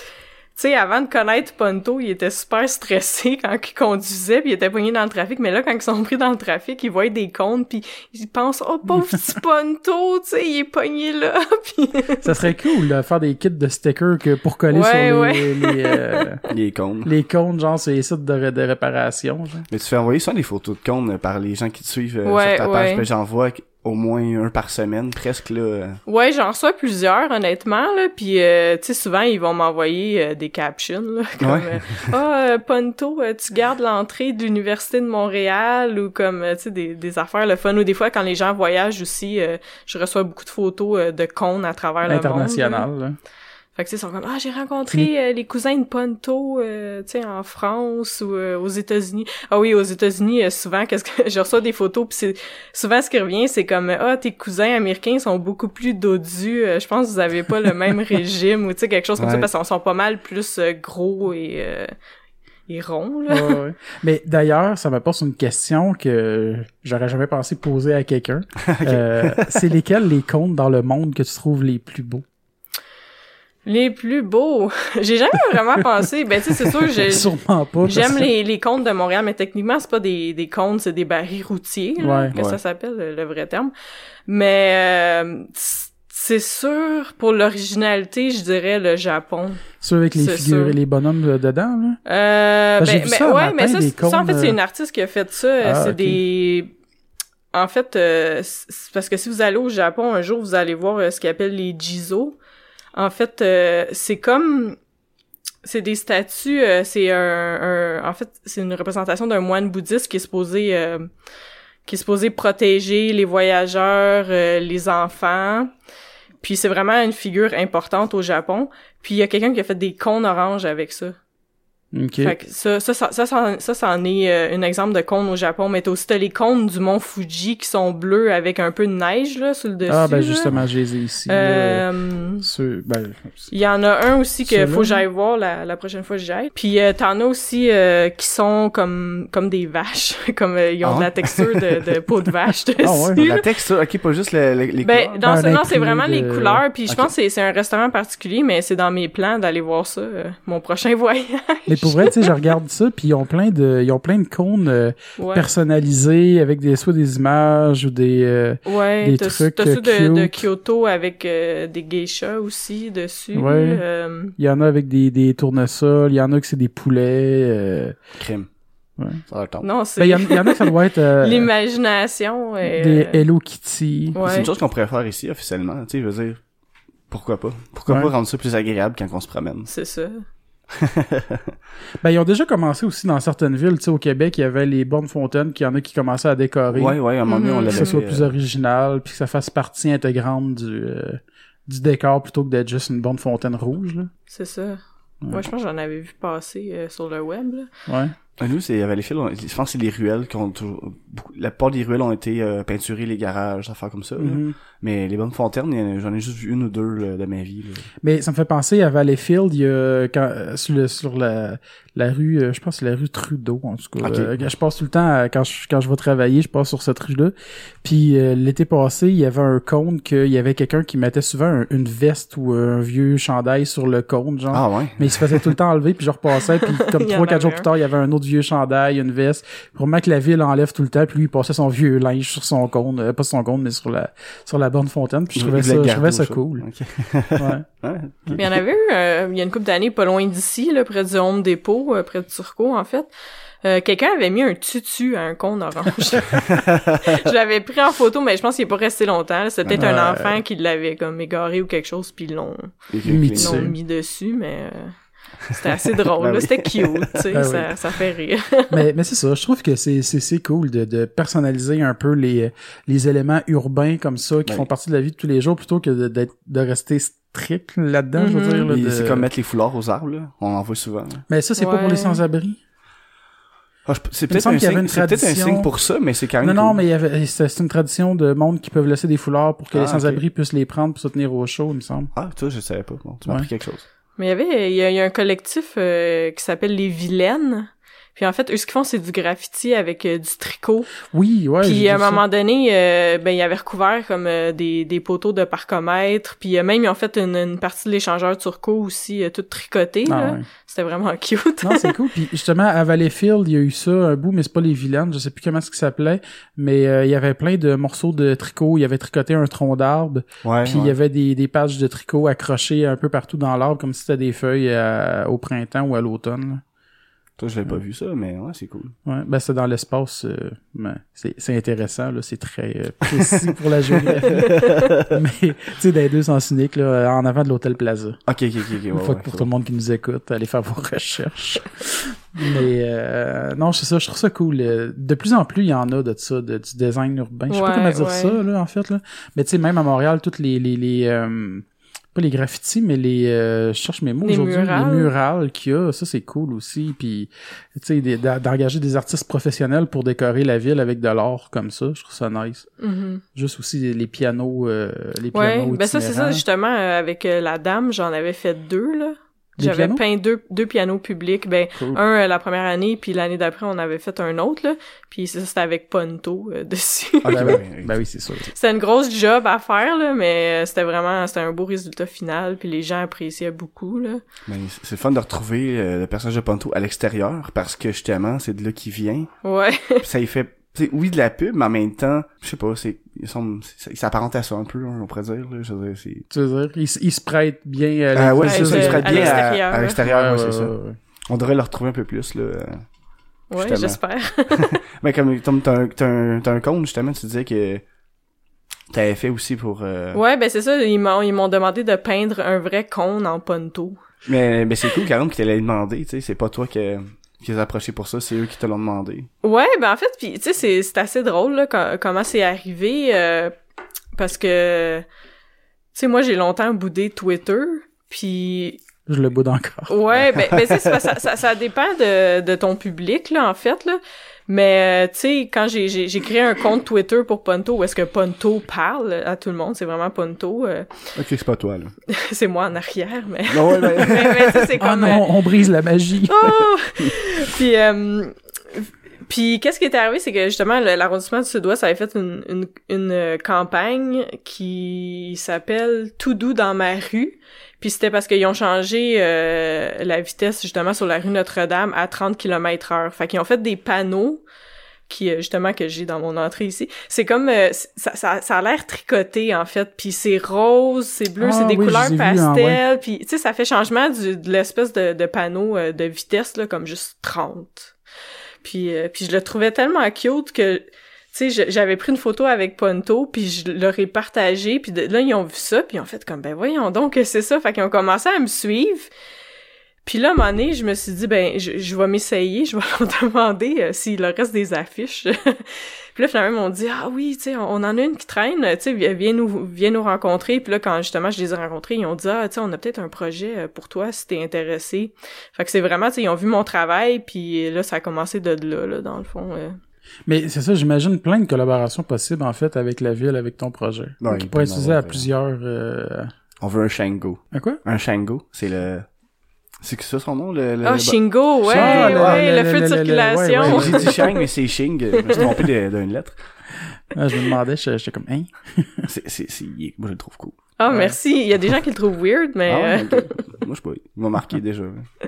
B: tu sais, avant de connaître Ponto, il était super stressé quand il conduisait, puis il était pogné dans le trafic. Mais là, quand ils sont pris dans le trafic, ils voient des comptes, puis ils pensent « Oh, pauvre petit Ponto, tu sais, il est pogné là. » Puis
A: ça serait cool de faire des kits de stickers que pour coller ouais, sur les
B: ouais.
A: les, euh,
C: les cônes.
A: Les cônes, genre, sur les sites de, de réparation. Genre.
C: Mais tu fais envoyer ça des photos de cônes par les gens qui te suivent euh,
B: ouais,
C: sur ta page,
B: ouais.
C: puis j'en vois au moins un par semaine, presque, là.
B: Ouais, j'en reçois plusieurs, honnêtement, là, pis, euh, tu sais, souvent, ils vont m'envoyer euh, des captions, là, comme, ah, ouais. euh, oh, Ponto, euh, tu gardes l'entrée de l'Université de Montréal, ou comme, euh, tu sais, des, des affaires, le fun, ou des fois, quand les gens voyagent aussi, euh, je reçois beaucoup de photos euh, de cônes à travers le monde.
A: International, là.
B: Fait que, tu sais, ils sont comme, ah, j'ai rencontré euh, les cousins de Ponto, euh, tu sais, en France ou euh, aux États-Unis. Ah oui, aux États-Unis, euh, souvent, qu'est-ce que je reçois des photos, puis c'est souvent ce qui revient, c'est comme, ah, tes cousins américains sont beaucoup plus dodus. Euh, je pense que vous avez pas le même régime ou tu sais quelque chose comme ouais. ça, parce qu'ils sont pas mal plus euh, gros et euh, et ronds. Là.
A: Ouais, ouais. Mais d'ailleurs, ça me pose une question que j'aurais jamais pensé poser à quelqu'un. okay. euh, c'est lesquels les contes dans le monde que tu trouves les plus beaux?
B: Les plus beaux. J'ai jamais vraiment pensé. Ben, tu sais, c'est sûr que j'ai,
A: sûrement pas.
B: J'aime les, les contes de Montréal, mais techniquement, c'est pas des, des contes, c'est des barils routiers, là,
A: ouais,
B: que
A: ouais.
B: ça s'appelle, le, le vrai terme. Mais, euh, c'est sûr, pour l'originalité, je dirais le Japon.
A: Ceux avec les c'est figures sûr. Et les bonhommes dedans, là?
B: Euh, ben,
A: j'ai vu
B: mais,
A: ça
B: ouais,
A: matin,
B: mais ça,
A: des
B: ça, en fait,
A: euh...
B: c'est une artiste qui a fait ça. Ah, c'est okay. des, en fait, euh, c'est parce que si vous allez au Japon, un jour, vous allez voir euh, ce qu'ils appellent les jizo. En fait, euh, c'est comme... C'est des statues, euh, c'est un, un... En fait, c'est une représentation d'un moine bouddhiste qui est supposé... Euh, qui est supposé protéger les voyageurs, euh, les enfants. Puis c'est vraiment une figure importante au Japon. Puis il y a quelqu'un qui a fait des cônes oranges avec ça.
A: Okay.
B: Fait que ça, ça, ça, ça, ça, ça, ça en est euh, un exemple de cône au Japon. Mais t'as aussi t'as les cônes du mont Fuji qui sont bleus avec un peu de neige là sur le dessus.
A: Ah ben
B: là.
A: Justement, je les ai ici.
B: Euh,
A: ce, ben,
B: il y en a un aussi que faut que j'aille voir la, la prochaine fois que j'y aille. Puis euh, t'en as aussi euh, qui sont comme comme des vaches, comme euh, ils ont ah. de la texture de, de peau de vache dessus.
C: Ah ouais. La texture, ok, pas juste le, le, les
B: ben,
C: couleurs.
B: Dans
A: ah,
B: ce, non, c'est vraiment
A: de...
B: les couleurs. Puis je
C: okay.
B: pense que c'est, c'est un restaurant particulier, mais c'est dans mes plans d'aller voir ça, euh, mon prochain voyage.
A: Mais pour vrai, tu sais, je regarde ça, puis ils ont plein de, ils ont plein de cônes euh, ouais. personnalisés avec des soit des images ou des, euh,
B: ouais,
A: des
B: t'as,
A: trucs
B: t'as ceux
A: cute.
B: de, de Kyoto avec euh, des geishas aussi dessus.
A: Ouais.
B: Euh...
A: Il y en a avec des, des tournesols, il y en a que c'est des poulets. Euh...
C: Crème.
A: Ouais.
C: Ça leur tente.
B: Non, c'est...
A: Ben, il y, y en a que ça doit être... Euh,
B: l'imagination. Et,
A: des
B: euh...
A: Hello Kitty.
B: Ouais.
C: C'est une chose qu'on pourrait faire ici, officiellement. Tu sais, je veux dire, pourquoi pas? Pourquoi
A: Ouais.
C: pas rendre ça plus agréable quand on se promène?
B: C'est ça.
A: Ben, ils ont déjà commencé aussi dans certaines villes, tu sais, au Québec, il y avait les bornes fontaines, qu'il y en a qui commençaient à décorer.
C: Ouais, ouais, à un moment donné, on
B: Mhm.
A: Que
C: l'avait
A: ce soit
C: fait,
A: plus
C: euh,
A: original, puis que ça fasse partie intégrante du, euh, du décor plutôt que d'être juste une borne fontaine rouge, là.
B: C'est ça. Moi, je pense que j'en avais vu passer euh, sur le web, là.
A: Ouais.
C: Ah, nous, c'est, à Valleyfield, on- je pense que c'est les ruelles qui ont toujours, beaucoup, la plupart des ruelles ont été euh, peinturées, les garages, affaires comme ça, là.
A: Mhm.
C: Mais les bonnes fontaines, il y en a- j'en ai juste vu une ou deux, là, de ma vie, là.
A: Mais ça me fait penser à Valleyfield, il y a quand, euh, sur, le, sur la, la rue, euh, je pense que c'est la rue Trudeau, en tout cas.
C: Ok.
A: Euh, je passe tout le temps, euh, quand je, quand je vais travailler, je passe sur cette rue-là. Puis euh, l'été passé, il y avait un cône qu'il y avait quelqu'un qui mettait souvent un- une veste ou un vieux chandail sur le cône, genre.
C: Ah ouais?
A: Mais il se faisait tout le temps enlever, puis je repassais, puis comme
B: Il y en
A: trois, quatre
B: avait
A: jours
B: un.
A: plus tard, il y avait un autre vieux chandail, une veste. Vraiment que la ville enlève tout le temps, puis lui, il passait son vieux linge sur son cône, euh, pas sur son cône, mais sur la sur la borne fontaine, puis je trouvais
C: Il
A: ça,
C: voulait
A: je trouvais
C: garder
A: ça
C: au chaud.
A: cool.
C: Ok.
A: Ouais.
C: Ouais.
B: Mais il y en avait eu, euh, il y a une couple d'années, pas loin d'ici, là, près du Home Depot, euh, près de Turcot, en fait. Euh, quelqu'un avait mis un tutu à un cône orange. Je l'avais pris en photo, mais je pense qu'il est pas resté longtemps. là. C'était peut-être
A: Ouais.
B: un enfant qui l'avait comme égaré ou quelque chose, puis ils l'ont,
C: Et puis,
A: Mis
B: ils
A: dessus.
B: l'ont mis dessus, mais euh, c'était assez drôle.
C: Ben
B: là.
C: oui.
B: C'était cute, tu sais,
A: Ben
B: ça,
A: oui.
B: ça fait rire.
A: mais mais c'est ça, je trouve que c'est c'est c'est cool de de personnaliser un peu les les éléments urbains comme ça qui
C: Ben.
A: font partie de la vie de tous les jours plutôt que de d'être de rester strict là-dedans, je veux
B: Mhm.
A: dire. Là,
C: Et
A: de-
C: c'est comme mettre les foulards aux arbres, là. On en voit souvent, là.
A: Mais ça c'est pas
B: Ouais.
A: pour les sans-abri.
C: Ah, je- c'est
A: me
C: peut-être
A: semble
C: un
A: qu'il y avait
C: signe,
A: une
C: c'est peut-être un
A: tradition.
C: signe pour ça, mais c'est quand même
A: Non non,
C: cool.
A: mais il y avait c'est c'est une tradition de monde qui peuvent laisser des foulards pour que
C: Ah,
A: les sans-abri puissent les prendre pour se tenir au chaud, il me semble.
C: Ah, toi, je savais pas. Bon, tu m'as
A: Ouais.
C: appris quelque chose.
B: Mais il y avait, il y a, il y a un collectif euh, qui s'appelle les Vilaines. Puis en fait, eux, ce qu'ils font, c'est du graffiti avec euh, du tricot.
A: Oui, ouais.
B: Puis
A: j'ai
B: à un
A: vu ça.
B: moment donné, euh, ben ils avaient recouvert comme euh, des, des poteaux de parcomètre. Puis euh, même, ils ont fait une, une partie de l'échangeur turco aussi, euh, toute tricotée.
A: Ah,
B: là.
A: ouais.
B: C'était vraiment cute.
A: Non, c'est cool. Puis justement, à Valleyfield, il y a eu ça un bout, mais c'est pas les vilaines, je sais plus comment ce qui s'appelait, mais euh, il y avait plein de morceaux de tricot. Il y avait tricoté un tronc d'arbre,
C: Ouais.
A: puis il y avait des, des pages de tricot accrochées un peu partout dans l'arbre, comme si c'était des feuilles euh, au printemps ou à l'automne. là.
C: Toi, je l'avais pas vu ça, mais ouais, c'est cool.
A: Ouais, ben c'est dans l'espace, euh, ben, c'est c'est intéressant là, c'est très euh, précis pour la géographie. Mais tu sais, dans les deux sens uniques là, en avant de l'hôtel Plaza.
C: Ok, ok, ok, ok.
A: Une
C: Ouais,
A: fois
C: ouais,
A: que pour
C: c'est
A: tout le
C: bon.
A: monde qui nous écoute, allez faire vos recherches. Mais euh, non, c'est ça, je trouve ça cool. Euh, De plus en plus, il y en a de ça, de, du design urbain. Je sais pas
B: Ouais,
A: comment dire
B: ouais.
A: ça, là, en fait. Là. Mais tu sais, même à Montréal, toutes les... les, les euh, pas les graffitis, mais les... Euh, je cherche mes mots
B: Les
A: aujourd'hui.
B: murales.
A: Les murales qu'il y a, ça, c'est cool aussi. Puis, tu sais, des- d'a- d'engager des artistes professionnels pour décorer la ville avec de l'art comme ça, je trouve ça nice.
B: Mhm.
A: Juste aussi les pianos... Euh, les
B: Ouais,
A: pianos
B: ben ça, c'est ça,
A: itinérants.
B: justement, euh, avec euh, la dame, j'en avais fait deux, là.
A: Des
B: J'avais
A: pianos?
B: peint deux, deux pianos publics. Ben,
A: Cool.
B: un euh, la première année, puis l'année d'après, on avait fait un autre, là. Puis ça, c'était avec Ponto euh, dessus.
C: Ok,
A: Ben,
C: ouais,
A: oui.
C: ouais.
A: Ben oui, c'est sûr.
B: C'était une grosse job à faire, là, mais euh, c'était vraiment, c'était un beau résultat final, puis les gens appréciaient beaucoup, là.
C: Mais c'est c'est fun de retrouver euh, le personnage de Ponto à l'extérieur, parce que justement, c'est de là qu'il vient.
B: Ouais.
C: Puis ça y fait, c'est oui de la pub, mais en même temps, je sais pas, c'est, il semble, c'est- il s'apparente à ça un peu, hein, on pourrait dire, là, je veux dire, c'est...
A: Tu veux dire, il, s- il se prête bien à
C: Ah ouais, c'est
B: Ouais,
C: ça, il
B: c'est-
C: se prête
B: à
C: bien
B: l'extérieur,
C: à, à
B: là.
C: l'extérieur, ouais,
A: Ouais,
C: c'est
A: ouais,
C: ça.
A: ouais, ouais.
C: On devrait le retrouver un peu plus, là. euh.
B: Ouais,
C: Justement.
B: j'espère.
C: Mais comme, comme t'as un, t'as un, t'as un compte, justement, tu disais que t'avais fait aussi pour... euh,
B: Ouais, ben c'est ça, ils m'ont, ils m'ont demandé de peindre un vrai cône en Ponto.
C: Mais, mais c'est cool, quand même, qu'ils te l'avaient demandé, tu sais, c'est pas toi qui, qui les as approchés pour ça, c'est eux qui te l'ont demandé.
B: Ouais, ben en fait, puis tu sais, c'est, c'est assez drôle, là, co- comment c'est arrivé, euh, parce que, tu sais, moi, j'ai longtemps boudé Twitter, puis
A: Je le boude encore.
B: ouais, ben, ben tu sais, c'est parce que ça, ça, ça dépend de, de ton public, là, en fait, là. Mais, euh, tu sais, quand j'ai, j'ai, j'ai créé un compte Twitter pour Ponto, où est-ce que Ponto parle à tout le monde, c'est vraiment Ponto, euh,
C: Ok, c'est pas toi, là.
B: c'est moi en arrière, mais...
C: Non, ouais, ben...
B: mais, mais tu sais, c'est
A: Ah
B: comme...
A: non, on brise la magie.
B: Oh! Puis, euh, puis qu'est-ce qui est arrivé, c'est que justement, le- l'arrondissement du Sud-Ouest avait fait une, une, une euh, campagne qui s'appelle « Tout doux dans ma rue ». Puis c'était parce qu'ils ont changé euh, la vitesse, justement, sur la rue Notre-Dame à trente kilomètres heure. Fait qu'ils ont fait des panneaux qui, euh, justement, que j'ai dans mon entrée ici. C'est comme... euh, ça, ça, ça a l'air tricoté, en fait. Puis c'est rose, c'est bleu,
A: Ah
B: c'est des
A: oui, je
B: couleurs
A: les ai vus,
B: pastel.
A: hein, ouais.
B: Puis, tu sais, ça fait changement du, de l'espèce de, de panneau euh, de vitesse, là, comme juste trente. Puis, euh, puis je le trouvais tellement cute que, tu sais, je- j'avais pris une photo avec Ponto, puis je leur ai partagé, puis de- là, ils ont vu ça, puis ils ont fait comme, ben voyons donc que c'est ça. Fait qu'ils ont commencé à me suivre. Puis là, à un moment donné, je me suis dit, ben, je, je vais m'essayer, je vais leur demander euh, s'il leur reste des affiches. Puis là, finalement, ils m'ont dit, ah oui, tu sais, on, on en a une qui traîne, tu sais, viens nous, viens nous rencontrer. Puis là, quand justement je les ai rencontrés, ils ont dit, ah, tu sais, on a peut-être un projet pour toi si t'es intéressé. Fait que c'est vraiment, tu sais, ils ont vu mon travail, puis là, ça a commencé de là, là, dans le fond. Euh.
A: Mais c'est ça, j'imagine plein de collaborations possibles, en fait, avec la ville, avec ton projet.
C: Ouais,
A: qui
C: il
A: pourrait
C: peut
A: être
C: en
A: utilisé à
C: avoir,
A: plusieurs... Euh...
C: On veut un Shango.
A: À quoi?
C: Un Shango, c'est le... C'est que ça son nom, le... le...
B: Ah, Shingo, ouais,
A: Ah, le-
B: ouais,
A: le-
B: le, feu de
A: le- le-
B: circulation.
A: ouais, ouais,
C: J'ai dit Shang, mais c'est Shing. Je me suis trompé de- d'une lettre.
A: Ah, je me demandais, j'étais j'étais comme, hein?
C: C'est, c'est, c'est, il est- moi, je le trouve cool.
B: Ah,
A: Ouais.
B: merci. Il y a des gens qui le trouvent weird, mais...
C: Ah ouais,
B: euh,
C: ok. Moi, je sais pas. Il m'a marqué déjà.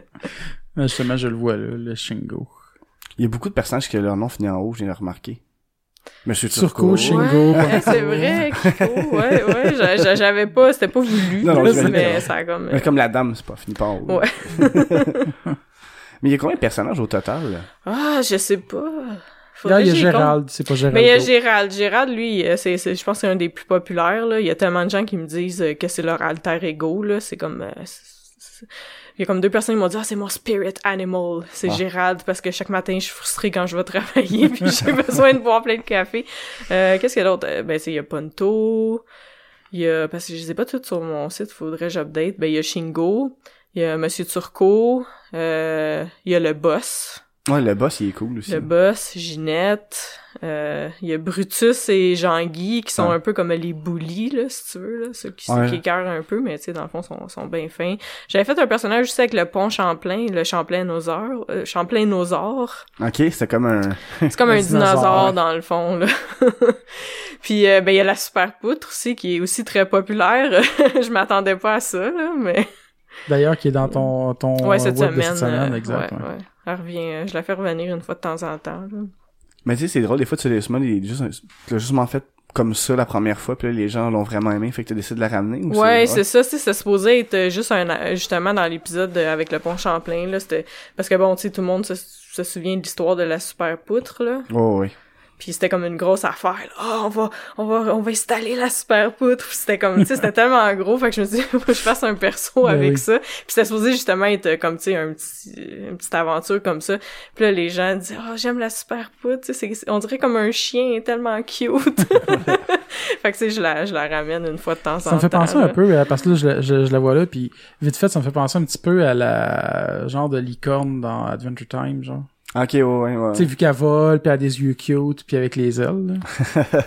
A: Ah, justement, je le vois, là, le Shingo.
C: Il y a beaucoup de personnages que leur nom finit en haut, j'ai remarqué. Monsieur
A: Turco,
C: Turco.
A: Shingo.
B: Ouais,
A: Ponto.
B: c'est vrai, Kiko, ouais, ouais, j'a- j'a- j'avais pas, c'était pas voulu,
C: Non, non,
B: là,
C: j'imagine
B: mais
C: que-
B: ça a comme...
C: Mais comme la dame, c'est pas fini pas en haut.
B: Ouais.
C: Mais il y a combien de personnages au total? Là?
B: Ah, je sais pas.
A: Là,
B: Faudrait
A: il y a
B: que j'y compte.
A: Gérald, c'est pas Gérald.
B: Mais il y a Gérald. Gérald, lui, euh, c'est, c'est, je pense que c'est un des plus populaires, là. Il y a tellement de gens qui me disent euh, que c'est leur alter ego, là. C'est comme... euh, c'est- c'est- Il y a comme deux personnes qui m'ont dit « Ah, c'est mon spirit animal. » C'est
C: Ah.
B: Gérald, parce que chaque matin, je suis frustrée quand je vais travailler, puis j'ai besoin de boire plein de café. Euh, qu'est-ce qu'il y a d'autre? Euh, Ben, c'est, il y a Ponto. Il y a... Parce que je les ai pas toutes sur mon site, faudrait que j'update. Ben, il y a Shingo. Il y a Monsieur Turco. Euh, il y a le boss.
C: Ouais, le boss, il est cool aussi.
B: Le boss, Ginette, euh, il y a Brutus et Jean-Guy qui sont
C: Ouais.
B: un peu comme les bullies, là, si tu veux, là, ceux qui,
C: Ouais.
B: qui écœurent un peu, mais tu sais, dans le fond, sont, sont bien fins. J'avais fait un personnage juste avec le pont Champlain, le Champlain-Noseur, euh, Champlain-Noseur.
C: Ok, c'est comme un...
B: C'est comme
A: Un
B: un
A: dinosaure,
B: dinosaure,
A: ouais.
B: dans le fond, là. Puis, euh, ben, il y a la super poutre aussi, qui est aussi très populaire. Je m'attendais pas à ça, là, mais...
A: D'ailleurs, qui est dans ton, ton
B: Ouais, cette
A: web de
B: semaine.
A: cette semaine,
B: euh,
A: exact.
B: ouais,
A: ouais.
B: ouais. Elle revient, euh, je la fais revenir une fois de temps en temps, là.
C: Mais tu sais, c'est drôle, des fois, tu l'as justement, il est juste, tu l'as justement fait comme ça la première fois, puis là, les gens l'ont vraiment aimé, fait que tu décides de la ramener, ou
B: Ouais, c'est ça, c'est ça supposé être euh, juste un justement dans l'épisode euh, avec le pont Champlain là, c'était parce que bon, tu sais tout le monde se, se souvient de l'histoire de la super poutre là.
C: Oh, oui.
B: Puis c'était comme une grosse affaire. Là. Oh, on va on va on va installer la super poutre. Puis c'était comme tu sais c'était tellement gros fait que je me suis dit faut que je fasse un perso
A: Ben
B: avec
A: oui.
B: ça. Puis c'était supposé justement être euh, comme tu sais un petit une petite aventure comme ça. Puis là les gens disaient "Oh, j'aime la super poutre, tu sais c'est on dirait comme un chien tellement cute." Fait que tu sais je la je la ramène une fois de temps en temps.
A: Ça me fait penser
B: là.
A: un peu, euh, parce que là, je, la- je, je la vois là, puis vite fait, ça me fait penser un petit peu à la genre de licorne dans Adventure Time, genre.
C: Ok, ouais, ouais, ouais.
A: Tu sais, vu qu'elle vole, puis elle a des yeux cute, puis avec les ailes, là.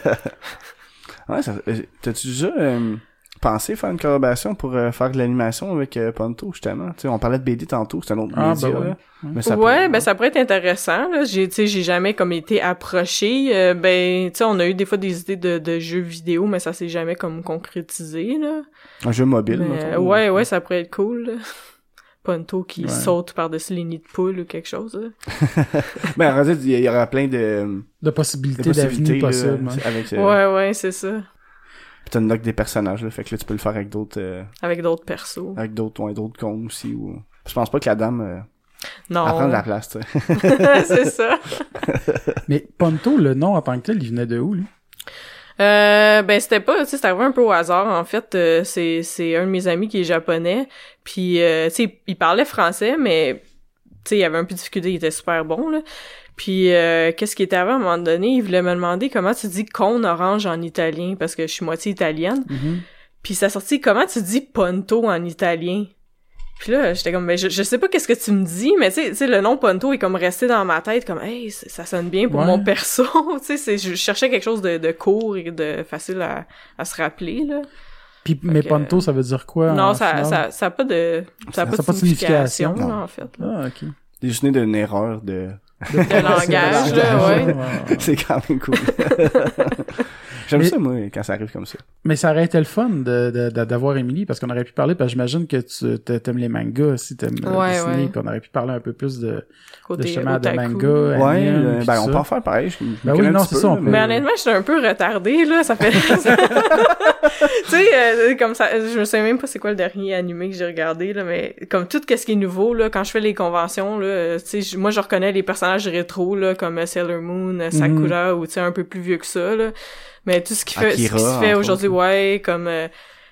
C: Ouais, ça, euh, t'as-tu déjà euh, pensé faire une collaboration pour euh, faire de l'animation avec euh, Ponto, justement? Tu sais, on parlait de B D tantôt, c'est un autre
A: Ah,
C: média,
A: ben ouais.
C: là. Mais ça
B: ouais,
C: pourrait-
B: ben ça pourrait être intéressant. Là. J'ai, tu sais, j'ai jamais comme été approchée. Euh, ben, tu sais, on a eu des fois des idées de, de jeux vidéo, mais ça s'est jamais comme concrétisé là.
C: Un jeu mobile,
B: Mais,
C: mettons.
B: ouais, ouais, ça pourrait être cool. Là. Ponto qui
A: Ouais.
B: saute par-dessus les nids de poules ou quelque chose. Là.
C: Ben, en fait, il y aura plein de,
A: De
C: de
A: possibilités
C: possibilités,
A: d'avenir
C: là,
A: possibles. hein.
C: avec, euh,
B: Ouais, ouais, c'est ça.
C: pis t'as une lock des personnages, là, fait que là, tu peux le faire avec d'autres, euh,
B: Avec d'autres persos.
C: avec d'autres, ouais, d'autres comptes aussi, ou... Je pense pas que la dame, euh,
B: Non.
C: elle prend de la place, tu sais.
B: C'est ça.
A: Mais Ponto, le nom en tant que tel, il venait de où, lui?
B: Euh, ben c'était pas, tu sais, c'est arrivé un peu au hasard en fait. Euh, c'est c'est un de mes amis qui est japonais, puis euh, tu sais, il parlait français, mais tu sais, il avait un peu de difficulté, il était super bon là. Puis euh, qu'est-ce qui était arrivé à un moment donné, il voulait me demander comment tu dis cône orange en italien parce que je suis moitié italienne. Puis ça sorti comment tu dis ponto en italien. Puis là, j'étais comme, ben, je, je sais pas qu'est-ce que tu me dis, mais tu sais, tu sais, le nom Ponto est comme resté dans ma tête, comme, hey, c- ça sonne bien pour
A: Ouais.
B: mon perso, tu sais, c'est, je cherchais quelque chose de, de court et de facile à, à se rappeler, là.
A: Puis, mais
B: que-
A: Ponto, ça veut dire quoi?
B: non,
A: en
B: ça,
A: final?
B: ça, ça a pas de, ça a pas,
A: Ça a
B: de
A: pas de signification,
B: signification, là,
C: non.
B: en fait, là.
A: Ah, ok.
C: C'est juste né d'une erreur de...
B: De langage, là, ouais.
C: C'est quand même cool. J'aime
A: Mais-
C: ça, moi, quand ça arrive comme ça.
A: Mais ça aurait été le fun de, de, de- d'avoir Émilie, parce qu'on aurait pu parler, parce que j'imagine que tu t'a- t'aimes les mangas, si t'aimes euh,
B: Ouais,
A: Disney,
B: ouais.
A: puis on aurait pu parler un peu plus de, de
B: Côté
A: justement de
B: otaku.
A: manga,
C: Ouais,
A: anime,
C: euh,
A: puis
C: ben,
A: tout
C: on
A: ça.
C: peut en faire pareil. Je me
A: Ben oui,
C: connais un
A: non,
C: petit
A: c'est
C: peu,
A: ça, on
C: là,
A: peut-
B: Mais honnêtement, j'étais un peu retardée, là, ça fait... tu sais, euh, comme ça, je me sais même pas c'est quoi le dernier animé que j'ai regardé, là, mais comme tout ce qui est nouveau, là, quand je fais les conventions, là, euh, tu sais, je- moi, je reconnais les personnages personnages rétro, là, comme Sailor Moon, Sakura, mm-hmm. ou tu sais, un peu plus vieux que ça, là. Mais tout ce qui fait, Akira, ce qui se fait aujourd'hui, autres. ouais, comme, euh,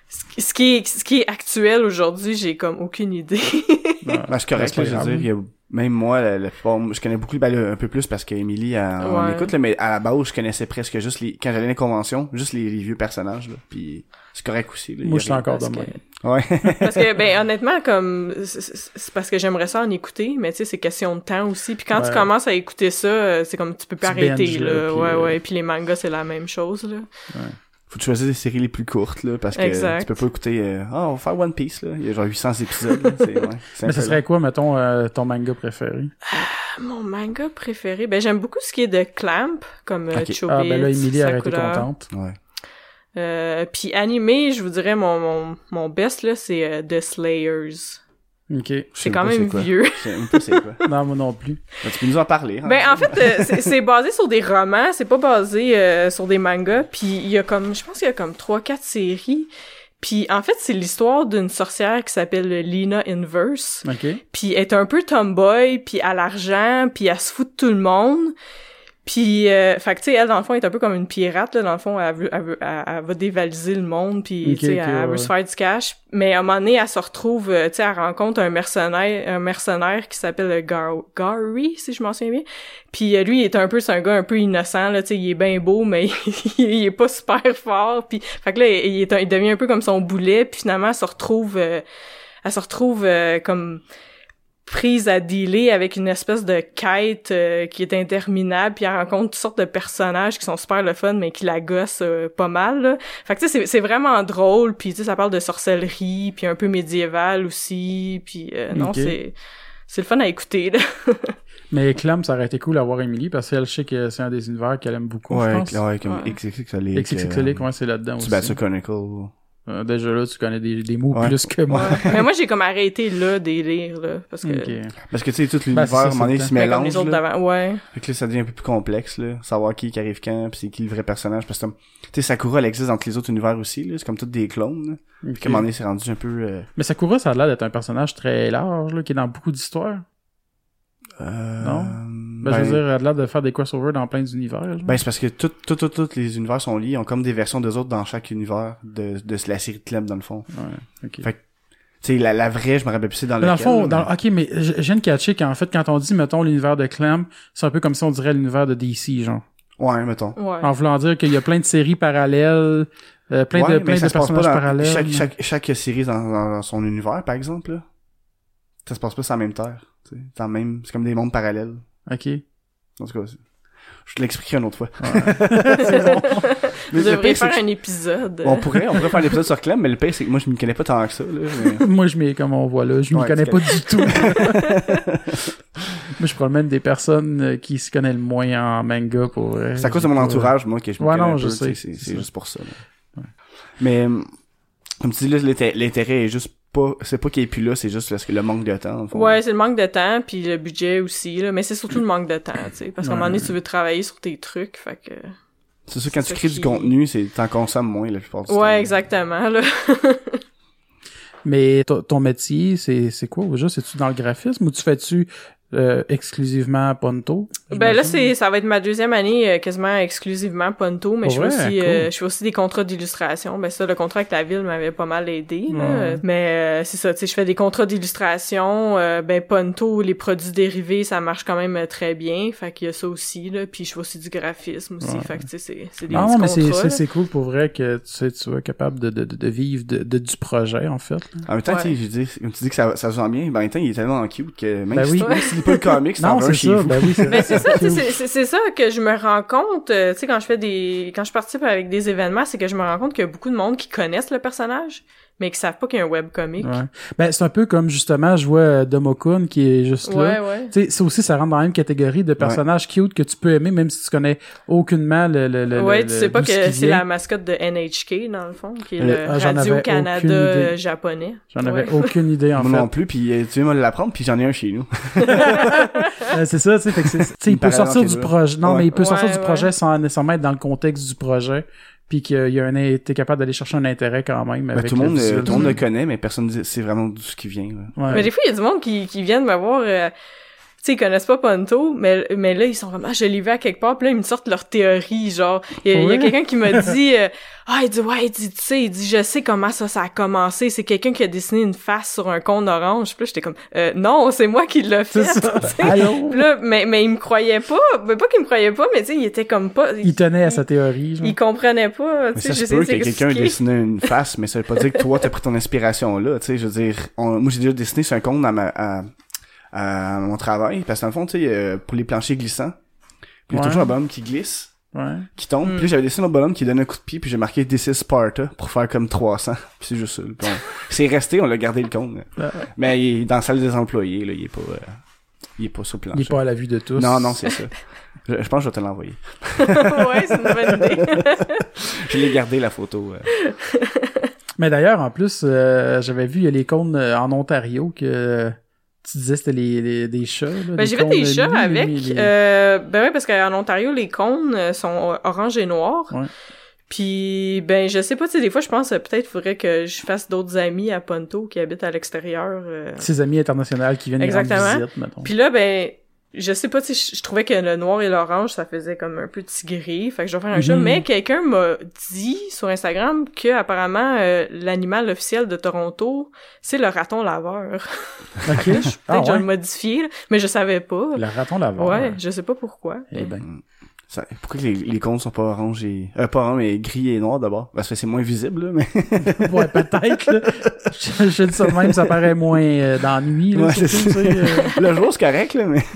B: ce qui est, ce qui est actuel aujourd'hui, j'ai comme aucune idée.
C: Ben, je suis correct, là, je veux dire, il y a, même moi, la, la plupart, je connais beaucoup, ben, là, un peu plus parce qu'Émilie, elle, ouais. on écoute, là, mais à la base, je connaissais presque juste les, quand j'allais à les conventions, juste les, les vieux personnages, là, puis c'est correct aussi, là.
A: Moi, je suis encore de
B: que...
A: moi.
C: Ouais.
B: Parce que, ben, honnêtement, comme, c'est parce que j'aimerais ça en écooter, mais tu sais, c'est question de temps aussi. Puis quand ouais. tu commences à écouter ça, c'est comme, tu peux pas arrêter, binge, là. là. Ouais, ouais. Puis les mangas, c'est la même chose, là.
C: Ouais. Faut choisir des séries les plus courtes, là, parce que exact. tu peux pas écouter, ah, euh, oh, on va faire One Piece, là. Il y a genre huit cents épisodes, là. C'est, ouais, c'est
A: mais ça serait quoi, mettons, euh, ton manga préféré?
B: Euh, mon manga préféré? Ben, j'aime beaucoup ce qui est de Clamp, comme okay. Chobits,
A: ah, ben là, Émilie aurait été contente.
C: Ouais.
B: Euh, puis animé, je vous dirais, mon, mon, mon best, là, c'est euh, The Slayers.
A: OK.
B: C'est quand même
C: c'est
B: vieux.
C: Je sais même pas c'est quoi.
A: Non, moi non plus.
C: Ben, tu peux nous en parler. Hein,
B: ben, en fait, euh, c'est, c'est basé sur des romans, c'est pas basé euh, sur des mangas, puis il y a comme, je pense qu'il y a comme trois quatre séries, puis en fait, c'est l'histoire d'une sorcière qui s'appelle Lina Inverse.
A: OK.
B: Puis elle est un peu tomboy, puis à l'argent, puis elle se fout de tout le monde. Puis, euh, fait que, tu sais, elle, dans le fond, est un peu comme une pirate, là, dans le fond, elle veut, elle veut, elle, elle va dévaliser le monde, puis, okay, tu sais, okay, elle, elle veut ouais. se faire du cash. Mais à un moment donné, elle se retrouve, tu sais, elle rencontre un mercenaire, un mercenaire qui s'appelle Gar- Gary, si je m'en souviens bien. Puis lui, il est un peu, c'est un gars un peu innocent, là, tu sais, il est bien beau, mais il est pas super fort. Puis, fait que là, il, est un, il devient un peu comme son boulet, puis finalement, elle se retrouve, euh, elle se retrouve euh, comme... prise à dealer avec une espèce de quête euh, qui est interminable, puis elle rencontre toutes sortes de personnages qui sont super le fun, mais qui la gossent euh, pas mal, là. Fait que tu sais, c'est, c'est vraiment drôle, puis tu sais, ça parle de sorcellerie, puis un peu médiéval aussi, puis euh, non, okay. c'est c'est le fun à écouter, là.
A: Mais Clam, ça aurait été cool à voir Émilie, parce qu'elle, je sais que c'est un des univers qu'elle aime beaucoup,
C: ouais,
A: je pense.
C: Ouais, comme ouais. X X X Elite.
A: X X X Elite, ouais, c'est là-dedans aussi.
C: Tsubasa Chronicle.
A: Euh, déjà là, tu connais des, des mots
C: ouais.
A: plus que moi.
B: Ouais. Mais moi, j'ai comme arrêté là des lire, là, parce que...
A: Okay.
C: Parce que, tu sais, tout l'univers, ben, à un moment donné, se mélange,
B: les autres d'avant, ouais.
C: Fait que là, ça devient un peu plus complexe, là. Savoir qui, qui arrive quand, pis c'est qui le vrai personnage. Parce que, tu sais, Sakura, elle existe dans tous les autres univers aussi, là. C'est comme toutes des clones, là. Okay. Puis qu'à un moment donné, c'est rendu un peu... Euh...
A: Mais Sakura, ça a l'air d'être un personnage très large, là, qui est dans beaucoup d'histoires.
C: Euh...
A: Non? Ben, ben, je veux dire, elle a l'air de faire des crossovers dans plein d'univers. Genre. Ben,
C: c'est parce que tout, tout, tout, tous les univers sont liés. Ils ont comme des versions d'eux autres dans chaque univers de, de la série de Clem, dans le fond.
A: Ouais, ok.
C: Fait que, tu sais, la, la vraie, je me rappelle plus, c'est dans,
A: dans
C: lequel,
A: le fond,
C: mais...
A: dans, ok, mais je, je viens de catcher qu'en fait, quand on dit, mettons, l'univers de Clem, c'est un peu comme si on dirait l'univers de D C, genre.
C: Ouais, mettons.
B: Ouais.
A: En voulant dire qu'il y a plein de séries parallèles, euh, plein
C: ouais,
A: de, plein de personnages
C: dans,
A: parallèles.
C: Chaque, chaque, chaque série dans, dans, dans son univers, par exemple, là. Ça se passe pas sur la même terre. C'est, dans même, c'est comme des mondes parallèles.
A: Ok.
C: En tout cas, je te l'expliquerai une autre fois.
A: Ouais. C'est bon.
B: Vous devriez faire un épisode.
C: On pourrait, on pourrait faire un épisode sur Clem, mais le pire, c'est que moi, je m'y connais pas tant que ça, là. Mais...
A: moi, je m'y, comme on voit là, je m'y ouais, connais pas du tout. Moi, je promène des personnes qui se connaissent le moins en manga pour... Euh,
C: c'est à cause de mon entourage, moi, que je me
A: ouais,
C: connais
A: non,
C: un
A: je
C: peu,
A: sais.
C: C'est, c'est juste pour ça, là. Ouais. Mais, comme tu dis, là, l'intérêt est juste pas, c'est pas qu'il est plus là, c'est juste parce que le manque de temps.
B: Ouais, c'est le manque de temps, puis le budget aussi, là. Mais c'est surtout le manque de temps, tu sais. Parce qu'à un moment donné, tu veux travailler sur tes trucs, fait que...
C: C'est sûr, quand c'est tu crées qui... du contenu, c'est, t'en consommes moins, la plupart du temps.
B: Ouais, exactement, là.
A: Mais t- ton métier, c'est, c'est quoi, déjà? C'est-tu dans le graphisme ou tu fais-tu euh, exclusivement Ponto?
B: Ben là, c'est, ça va être ma deuxième année euh, quasiment exclusivement Ponto, mais oh je fais ouais, aussi, cool. euh, je fais aussi des contrats d'illustration. Ben ça, le contrat avec la ville m'avait pas mal aidé, là. Ouais. Mais euh, c'est ça, tu sais, je fais des contrats d'illustration. Euh, ben Ponto, les produits dérivés, ça marche quand même très bien. Fait qu'il y a ça aussi, là. Puis je fais aussi du graphisme aussi. Ouais. Fait que tu sais, c'est, c'est des
A: non,
B: petits
A: mais
B: contrats.
A: c'est, c'est, c'est cool pour vrai que tu sais, tu sois capable de, de, de vivre de, de, du projet, en fait. Là.
C: En même temps,
B: ouais.
C: tu sais, je dis, comme tu dis que ça, ça se vend bien, ben en même temps, il est tellement cute que même
A: ben
C: si,
A: oui.
C: même si pas le comics, c'est
A: non, c'est
C: chez
A: ça,
C: vous.
A: ben oui, c'est,
B: ben c'est ça, c'est, c'est, c'est ça que je me rends compte, euh, tu sais, quand je fais des, quand je participe avec des événements, c'est que je me rends compte qu'il y a beaucoup de monde qui connaissent le personnage, mais qui savent pas qu'il y a un webcomic.
A: Ouais. Ben, c'est un peu comme, justement, je vois euh, Domokun qui est juste
B: ouais,
A: là.
B: Ouais,
A: tu sais, ça aussi, ça rentre dans la même catégorie de personnages ouais. cute que tu peux aimer, même si tu connais aucunement le, le, le,
B: ouais,
A: le,
B: tu sais pas que
A: c'est
B: vient. La mascotte de N H K, dans le fond, qui est
A: euh,
B: le
A: ah,
B: Radio-Canada japonais.
A: J'en avais
B: ouais.
A: aucune idée, en
C: Moi
A: fait.
C: non plus, puis euh, tu veux me l'apprendre, puis j'en ai un chez nous.
A: euh, c'est ça, tu sais, fait que c'est, tu sais, il peut sortir du projet. Non,
C: ouais.
A: mais il peut
B: ouais,
A: sortir
B: ouais.
A: du projet sans nécessairement être dans le contexte du projet. Puis qu'il y a un, t'es capable d'aller chercher un intérêt quand même.
C: Ben,
A: avec
C: tout le monde,
A: le
C: tout le monde le connaît, mais personne ne sait vraiment d'où ce qui vient. Là.
A: Ouais.
B: Mais des fois, il y a du monde qui, qui viennent me voir, euh, sais, ils connaissent pas Ponto, mais, mais là, ils sont comme, ah, je l'ai vu à quelque part, puis là, ils me sortent leur théorie, genre, il y a,
A: Ouais.
B: il y a quelqu'un qui m'a dit, euh, ah, il dit, ouais, il dit, tu sais, il dit, je sais comment ça, ça a commencé, c'est quelqu'un qui a dessiné une face sur un cône orange, puis là, j'étais comme, euh, non, c'est moi qui l'ai fait,
A: C'est ça.
B: tu sais.
A: Allô?
B: Puis là, mais, mais il me croyait pas, mais pas qu'il me croyait pas, mais tu sais, il était comme pas...
A: Il tenait à sa théorie, genre.
B: Il comprenait pas,
C: Mais
B: tu
C: ça
B: sais,
C: se
B: j'essayais
C: peut
B: de
C: que quelqu'un ait
B: l'expliquer.
C: dessiné une face, mais ça veut pas dire que toi, t'as pris ton inspiration là, tu sais, je veux dire, on- moi j'ai déjà dessiné sur un cône à, ma, à, à mon travail, parce que dans le fond, tu sais, euh, pour les planchers glissants, puis il y a
A: Ouais.
C: toujours un bonhomme qui glisse,
A: Ouais.
C: qui tombe,
B: Mm.
C: puis là, j'avais dessiné un autre bonhomme qui donne un coup de pied, puis j'ai marqué This is Sparta, pour faire comme trois cents, puis c'est juste ça. Puis on- c'est resté, on l'a gardé le cône, là.
A: Ah,
C: Mais il est dans la salle des employés, là, il est pas, euh, il est pas sur le plancher.
A: il est pas à la vue de tous.
C: Non, non, c'est ça. Je, je pense que je vais te l'envoyer.
B: Ouais, c'est une bonne idée.
C: Je l'ai gardé, la photo. euh.
A: Mais d'ailleurs, en plus, euh, j'avais vu, il y a les cônes euh, en Ontario que tu disais c'était les, les- des chats. Là,
B: Ben, j'ai fait
A: cônes
B: des chats
A: mini,
B: avec.
A: les- les-
B: Euh, ben oui, parce qu'en Ontario, les cônes euh, sont orange et noir.
A: Ouais.
B: Puis, ben, je sais pas, tu sais, des fois, je pense euh, peut-être faudrait que je fasse d'autres amis à Ponto qui habitent à l'extérieur. euh.
A: Ses amis internationaux qui viennent lui rendre
B: Exactement.
A: visite, mettons.
B: Puis là, ben, je sais pas, tu sais, je- je trouvais que le noir et l'orange, ça faisait comme un peu tigré. Fait que je vais faire un chat.
A: Mhm.
B: Mais quelqu'un m'a dit sur Instagram que apparemment euh, l'animal officiel de Toronto, c'est le raton laveur.
A: Ok.
B: Peut-être
A: Ah,
B: que je vais
A: ouais.
B: le modifier, là, mais je savais pas.
A: Le raton laveur.
B: Ouais, je sais pas pourquoi.
A: Eh ben.
C: Ça, pourquoi que les, les cônes sont pas orange et... Euh, pas orange, mais gris et noir d'abord? Parce que c'est moins visible, là, mais...
A: Ouais, peut-être, là. Je, je dis ça de même, ça paraît moins euh, d'ennui, là,
C: Ouais, c'est
A: surtout,
C: ça.
A: tu sais, euh.
C: Le jour, c'est correct, là, mais...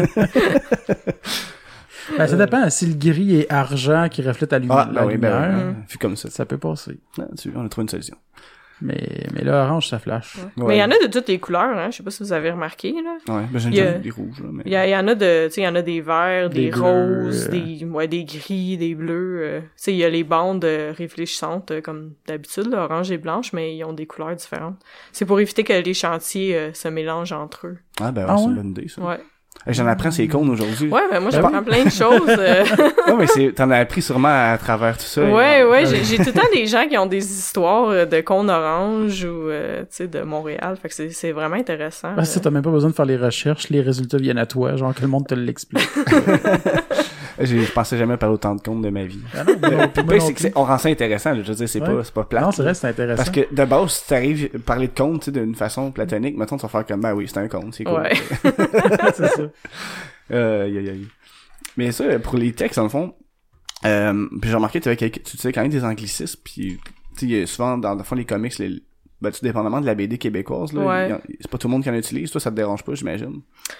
A: Ben, ça dépend. Si le gris est argent qui reflète la, lumi-
C: Ah,
A: la
C: ben oui, ben
A: lumière,
C: oui. Vu comme ça.
A: ça peut passer.
C: Ah, tu on a trouvé une solution.
A: Mais, mais là, orange, ça flash.
B: Ouais.
C: Ouais.
B: Mais il y en a de toutes les couleurs, hein. Je sais pas si vous avez remarqué, là.
C: Ouais, ben j'ai
B: Il y a-
C: déjà vu des rouges, là, mais...
B: Il y, a- il y en a de, tu sais, il y en a des verts, des,
A: Des bleus,
B: roses,
A: euh.
B: des, ouais, des gris, des bleus. euh. Tu sais, il y a les bandes euh, réfléchissantes, euh, comme d'habitude, là, orange et blanche, mais ils ont des couleurs différentes. C'est pour éviter que les chantiers euh, se mélangent entre eux.
C: Ah, ben ouais,
A: Ah
C: c'est
A: ouais?
C: une bonne idée, ça.
B: Ouais.
C: Hey, j'en apprends ces cônes aujourd'hui.
B: Ouais, mais moi,
A: Ben
B: j'apprends plein de choses. euh.
C: Ouais, mais c'est, t'en as appris sûrement à travers tout ça.
B: Ouais,
C: Et-
B: ouais, j'ai, j'ai tout le temps des gens qui ont des histoires euh, de cônes orange ou, euh, tu sais, de Montréal. Fait que c'est, c'est vraiment intéressant.
A: Ben, ça, t'as même pas besoin de faire les recherches, les résultats viennent à toi, genre que le monde te l'explique.
C: J'ai, je pensais jamais parler autant de cônes de ma vie.
A: Ah non, moi non-
C: Le
A: moi
C: pire,
A: non
C: c'est que
A: plus.
C: c'est, on rend ça intéressant, là. Je veux dire, c'est
A: Ouais.
C: pas, c'est pas plate.
A: Non, c'est
C: là.
A: vrai, c'est intéressant.
C: Parce que, de base, si t'arrives à parler de cônes, tu sais, d'une façon platonique, mettons, tu vas faire comme, ben oui, c'est un cône, c'est cool.
B: Ouais.
A: c'est ça.
C: Euh, aïe, aïe, aïe. Mais ça, pour les textes, dans le fond, euh, puis j'ai remarqué, tu avais quelques, tu sais, quand même des anglicismes, puis, tu sais, il y a souvent, dans le fond, les comics, les, ben, tout dépendamment de la B D québécoise, là,
B: Ouais.
C: il y a- c'est pas tout le monde qui en utilise. Toi, ça te dérange pas, j'imagine?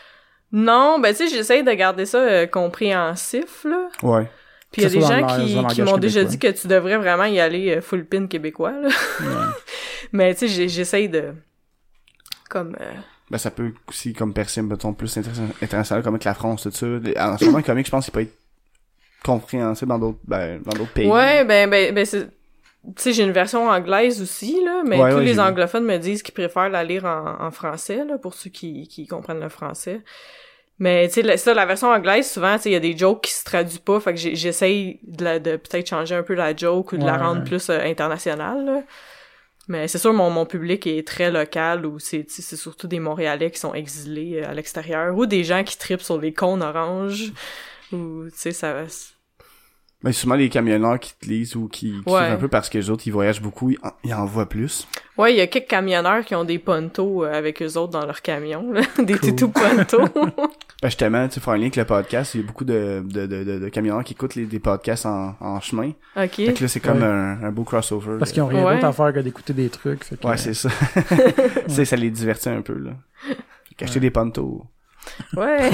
B: Non, ben, tu sais, j'essaye de garder ça euh, compréhensif, là.
C: Ouais.
B: Puis il y a
A: Que
B: des
A: ce soit
B: gens
A: dans le-
B: qui,
A: dans le
B: qui
A: langage
B: m'ont déjà
A: québécois.
B: dit que tu devrais vraiment y aller euh, full pin québécois, là. Mais tu sais, j'ai- j'essaye de... Comme... euh,
C: Ben, ça peut aussi, comme percer, mettons, plus inter- international, comme avec la France, tout ça. En ce moment, un comic, je pense qu'il peut être compréhensible dans d'autres, ben, dans d'autres pays.
B: Ouais, ben, ben, ben c'est... Tu sais, j'ai une version anglaise aussi, là, mais
C: Ouais,
B: tous
C: ouais, j'ai
B: les
C: vu.
B: anglophones me disent qu'ils préfèrent la lire en, en français, là, pour ceux qui, qui comprennent le français. Mais, tu sais, la- ça, la version anglaise, souvent, tu sais, il y a des jokes qui se traduisent pas, fait que j'ai- j'essaye de, la- de peut-être changer un peu la joke ou de la
A: Ouais.
B: rendre plus euh, internationale, là. Mais c'est sûr, mon, mon public est très local, ou c'est, tu sais, c'est surtout des Montréalais qui sont exilés euh, à l'extérieur, ou des gens qui tripent sur les cônes oranges, ou, tu sais, ça...
C: Ben, souvent, les camionneurs qui te lisent ou qui, qui
B: Ouais.
C: suivent un peu parce que les autres, ils voyagent beaucoup, ils en, ils en voient plus.
B: Ouais, il y a quelques camionneurs qui ont des pontos euh, avec eux autres dans leur camion, là. Des
A: Cool.
C: Ben,
B: toutous pontos.
C: justement, tu sais, faire un lien avec le podcast, il y a beaucoup de, de, de, de, de camionneurs qui écoutent les, des podcasts en, en chemin.
B: OK.
C: Fait que là, c'est comme
A: Ouais.
C: un, un beau crossover.
A: Parce qu'ils ont rien
B: Ouais.
A: d'autre à faire que d'écouter des trucs. Fait que,
C: Ouais, c'est ça. Tu sais, ça les divertit un peu, là. Fait qu'acheter des pontos.
B: Ouais.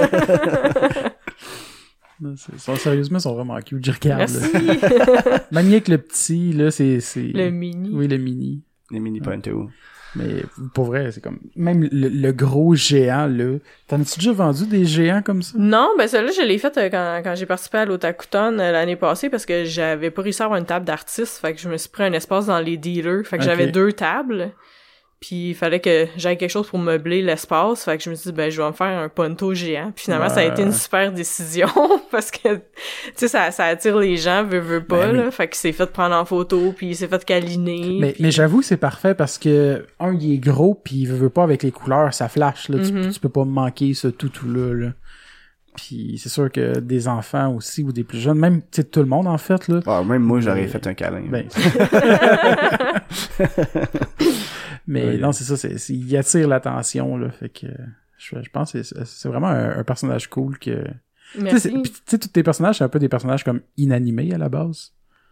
A: Non, c'est- sont- sérieusement, ils sont vraiment cute. Je regarde.
B: Merci.
A: Là. Même avec le petit, là, c'est... c'est...
B: Le mini.
A: Oui, le mini.
C: Les mini pontos.
A: Mais pour vrai, c'est comme... Même le, le gros géant, là... T'en as-tu déjà vendu des géants comme ça?
B: Non, ben celui-là, je l'ai fait euh, quand, quand j'ai participé à l'Otakuton euh, l'année passée parce que j'avais pas réussi à avoir une table d'artiste. Fait que je me suis pris un espace dans les dealers. Fait que
A: Ok.
B: j'avais deux tables. Puis il fallait que j'aille quelque chose pour meubler l'espace. Fait que je me suis dit, ben, je vais me faire un ponto géant. Puis finalement, ouais. ça a été une super décision parce que, tu sais, ça, ça attire les gens, veut, veut pas, ben, là. Oui. Fait qu'il s'est fait prendre en photo, puis il s'est fait câliner.
A: Mais,
B: puis...
A: mais j'avoue, c'est parfait parce que, un, il est gros, puis il veut, veut pas avec les couleurs, ça flash, là. Mm-hmm. Tu, tu peux pas manquer ce toutou-là, là. Puis c'est sûr que des enfants aussi ou des plus jeunes, même, tu sais, tout le monde, en fait, là.
C: Ah, même moi, j'aurais euh, fait un câlin. Ben,
A: mais oui. non, c'est ça, c'est, c'est, il attire l'attention, là, fait que je, je pense que c'est, c'est vraiment un, un personnage cool que...
B: Merci.
A: Tu sais, tous tes personnages, c'est un peu des personnages comme inanimés à la base.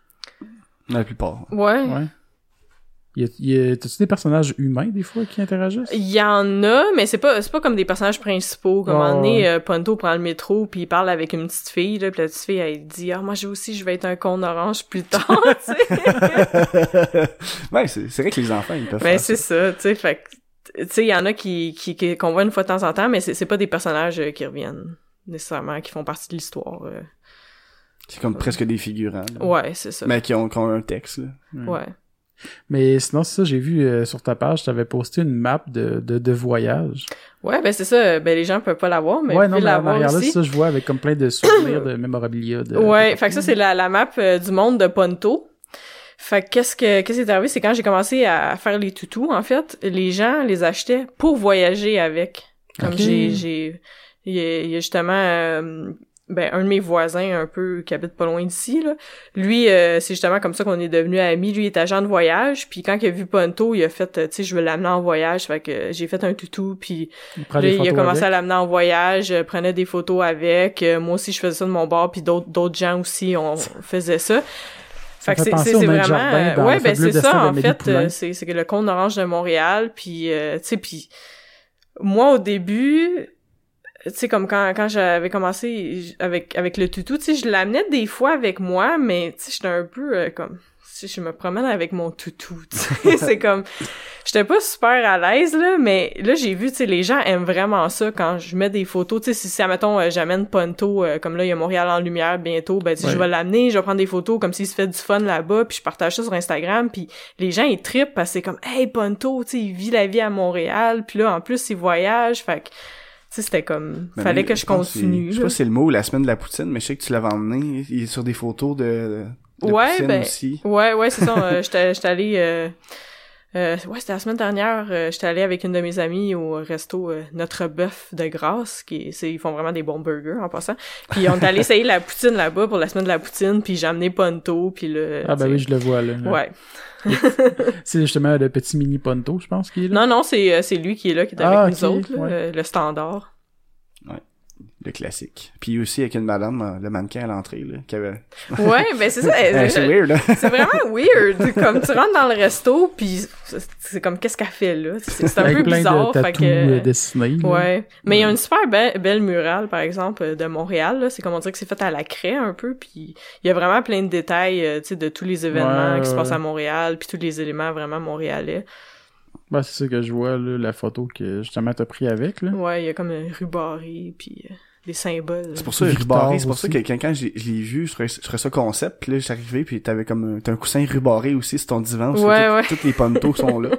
C: La plupart.
B: Ouais.
A: Ouais. Y a, y a, t'as-tu des personnages humains, des fois, qui interagissent?
B: Il y en a, mais c'est pas, c'est pas comme des personnages principaux. Comme oh, un moment donné, euh, Ponto prend le métro, puis il parle avec une petite fille, là, puis la petite fille, elle dit « Ah, moi, j'ai aussi, je vais être un con orange plus tard, tu sais. »
C: Ouais, c'est, c'est vrai que les enfants, ils peuvent
B: ben,
C: faire
B: c'est ça, tu sais, fait que, tu sais, il y en a qui, qui, qui, qu'on voit une fois de temps en temps, mais c'est, c'est pas des personnages euh, qui reviennent, nécessairement, qui font partie de l'histoire. Euh.
C: C'est comme euh. presque des figurants. Là.
B: Ouais, c'est ça.
C: Mais qui ont, qui ont un texte, là.
B: Ouais. ouais.
A: Mais sinon, c'est ça, j'ai vu euh, sur ta page, t'avais posté une map de, de, de voyage.
B: Ouais, ben c'est ça, ben les gens peuvent pas la voir, mais
A: ouais,
B: vous
A: non,
B: pouvez la voir
A: là,
B: aussi.
A: ça, je vois avec comme plein de souvenirs de mémorabilia. De,
B: ouais,
A: de
B: fait que ça, c'est la, la map euh, du monde de Ponto. Fait que qu'est-ce que, qu'est-ce qui est arrivé, c'est quand j'ai commencé à faire les toutous, en fait, les gens les achetaient pour voyager avec. Comme okay. j'ai, j'ai, il y a, il y a justement, euh, ben un de mes voisins un peu qui habite pas loin d'ici là, lui euh, c'est justement comme ça qu'on est devenus amis. Lui il est agent de voyage, puis quand il a vu Ponto, il a fait tu sais je veux l'amener en voyage, fait que j'ai fait un toutou, puis il, là, il a commencé avec. à l'amener en voyage, euh, prenait des photos avec, euh, moi aussi je faisais ça de mon bord, puis d'autres d'autres gens aussi on faisait ça. Fait que c'est c'est, c'est vraiment euh, ouais ben c'est ça en fait euh, c'est c'est que le Cône Orange de Montréal, puis euh, tu sais puis moi au début tu sais comme quand quand j'avais commencé avec avec le toutou, tu sais je l'amenais des fois avec moi, mais tu sais j'étais un peu euh, comme si je me promène avec mon toutou, tu sais c'est comme j'étais pas super à l'aise là, mais là j'ai vu tu sais les gens aiment vraiment ça quand je mets des photos, tu sais si, si admettons euh, j'amène Ponto euh, comme là il y a Montréal en lumière bientôt, ben tu sais ouais. je vais l'amener, je vais prendre des photos comme s'il se fait du fun là-bas, puis je partage ça sur Instagram, puis les gens ils trippent parce que c'est comme hey Ponto, tu sais il vit la vie à Montréal, puis là en plus il voyage, fait que tu sais, c'était comme... Ben fallait que je, je continue.
C: Je sais pas si c'est le mot, la semaine de la poutine, mais je sais que tu l'avais emmené. Il est sur des photos de, de
B: ouais,
C: poutine
B: ben,
C: aussi.
B: Ouais, ouais, c'est ça. euh, j'étais, j'étais allée... Euh, euh, ouais, c'était la semaine dernière. Euh, j'étais allée avec une de mes amies au resto euh, Notre Bœuf de Grasse, qui c'est, ils font vraiment des bons burgers en passant. Puis on est allé essayer la poutine là-bas pour la semaine de la poutine, puis j'ai amené Ponto, puis le...
A: Ah ben oui, je le vois, là.
B: Ouais.
A: C'est justement le petit mini Ponto, je pense, qui est là.
B: Non, non, c'est, c'est lui qui est là, qui est avec
A: ah,
B: nous
A: okay,
B: autres, là,
A: ouais.
B: le, le standard.
C: Ouais, le classique. Puis aussi avec une madame, le mannequin à l'entrée, là, qui avait...
B: Ouais, ben c'est ça.
C: c'est, c'est weird, là.
B: C'est vraiment weird. Comme tu rentres dans le resto, puis c'est comme, qu'est-ce qu'elle fait, là? C'est, c'est un
A: avec
B: peu
A: plein
B: bizarre.
A: De tatous
B: fait que...
A: dessinés. Là.
B: Ouais. Mais il y a une super be- belle murale, par exemple, de Montréal, là. C'est comme on dirait que c'est fait à la craie, un peu, puis il y a vraiment plein de détails, euh, tu sais, de tous les événements
A: ouais,
B: qui se
A: ouais.
B: passent à Montréal, puis tous les éléments vraiment montréalais.
A: Ben, c'est ça que je vois, là, la photo que justement t'as pris avec, là.
B: Ouais, il y a comme un rubarré, puis euh, des symboles.
C: C'est pour ça, rubarré, c'est pour ça que quand je l'ai vu, je ferais, je ferais ça concept, puis là, j'étais arrivé, puis t'avais comme, t'as un coussin rubaré aussi sur ton divan, parce
B: ouais,
C: que
B: ouais.
C: tous les pontos sont là.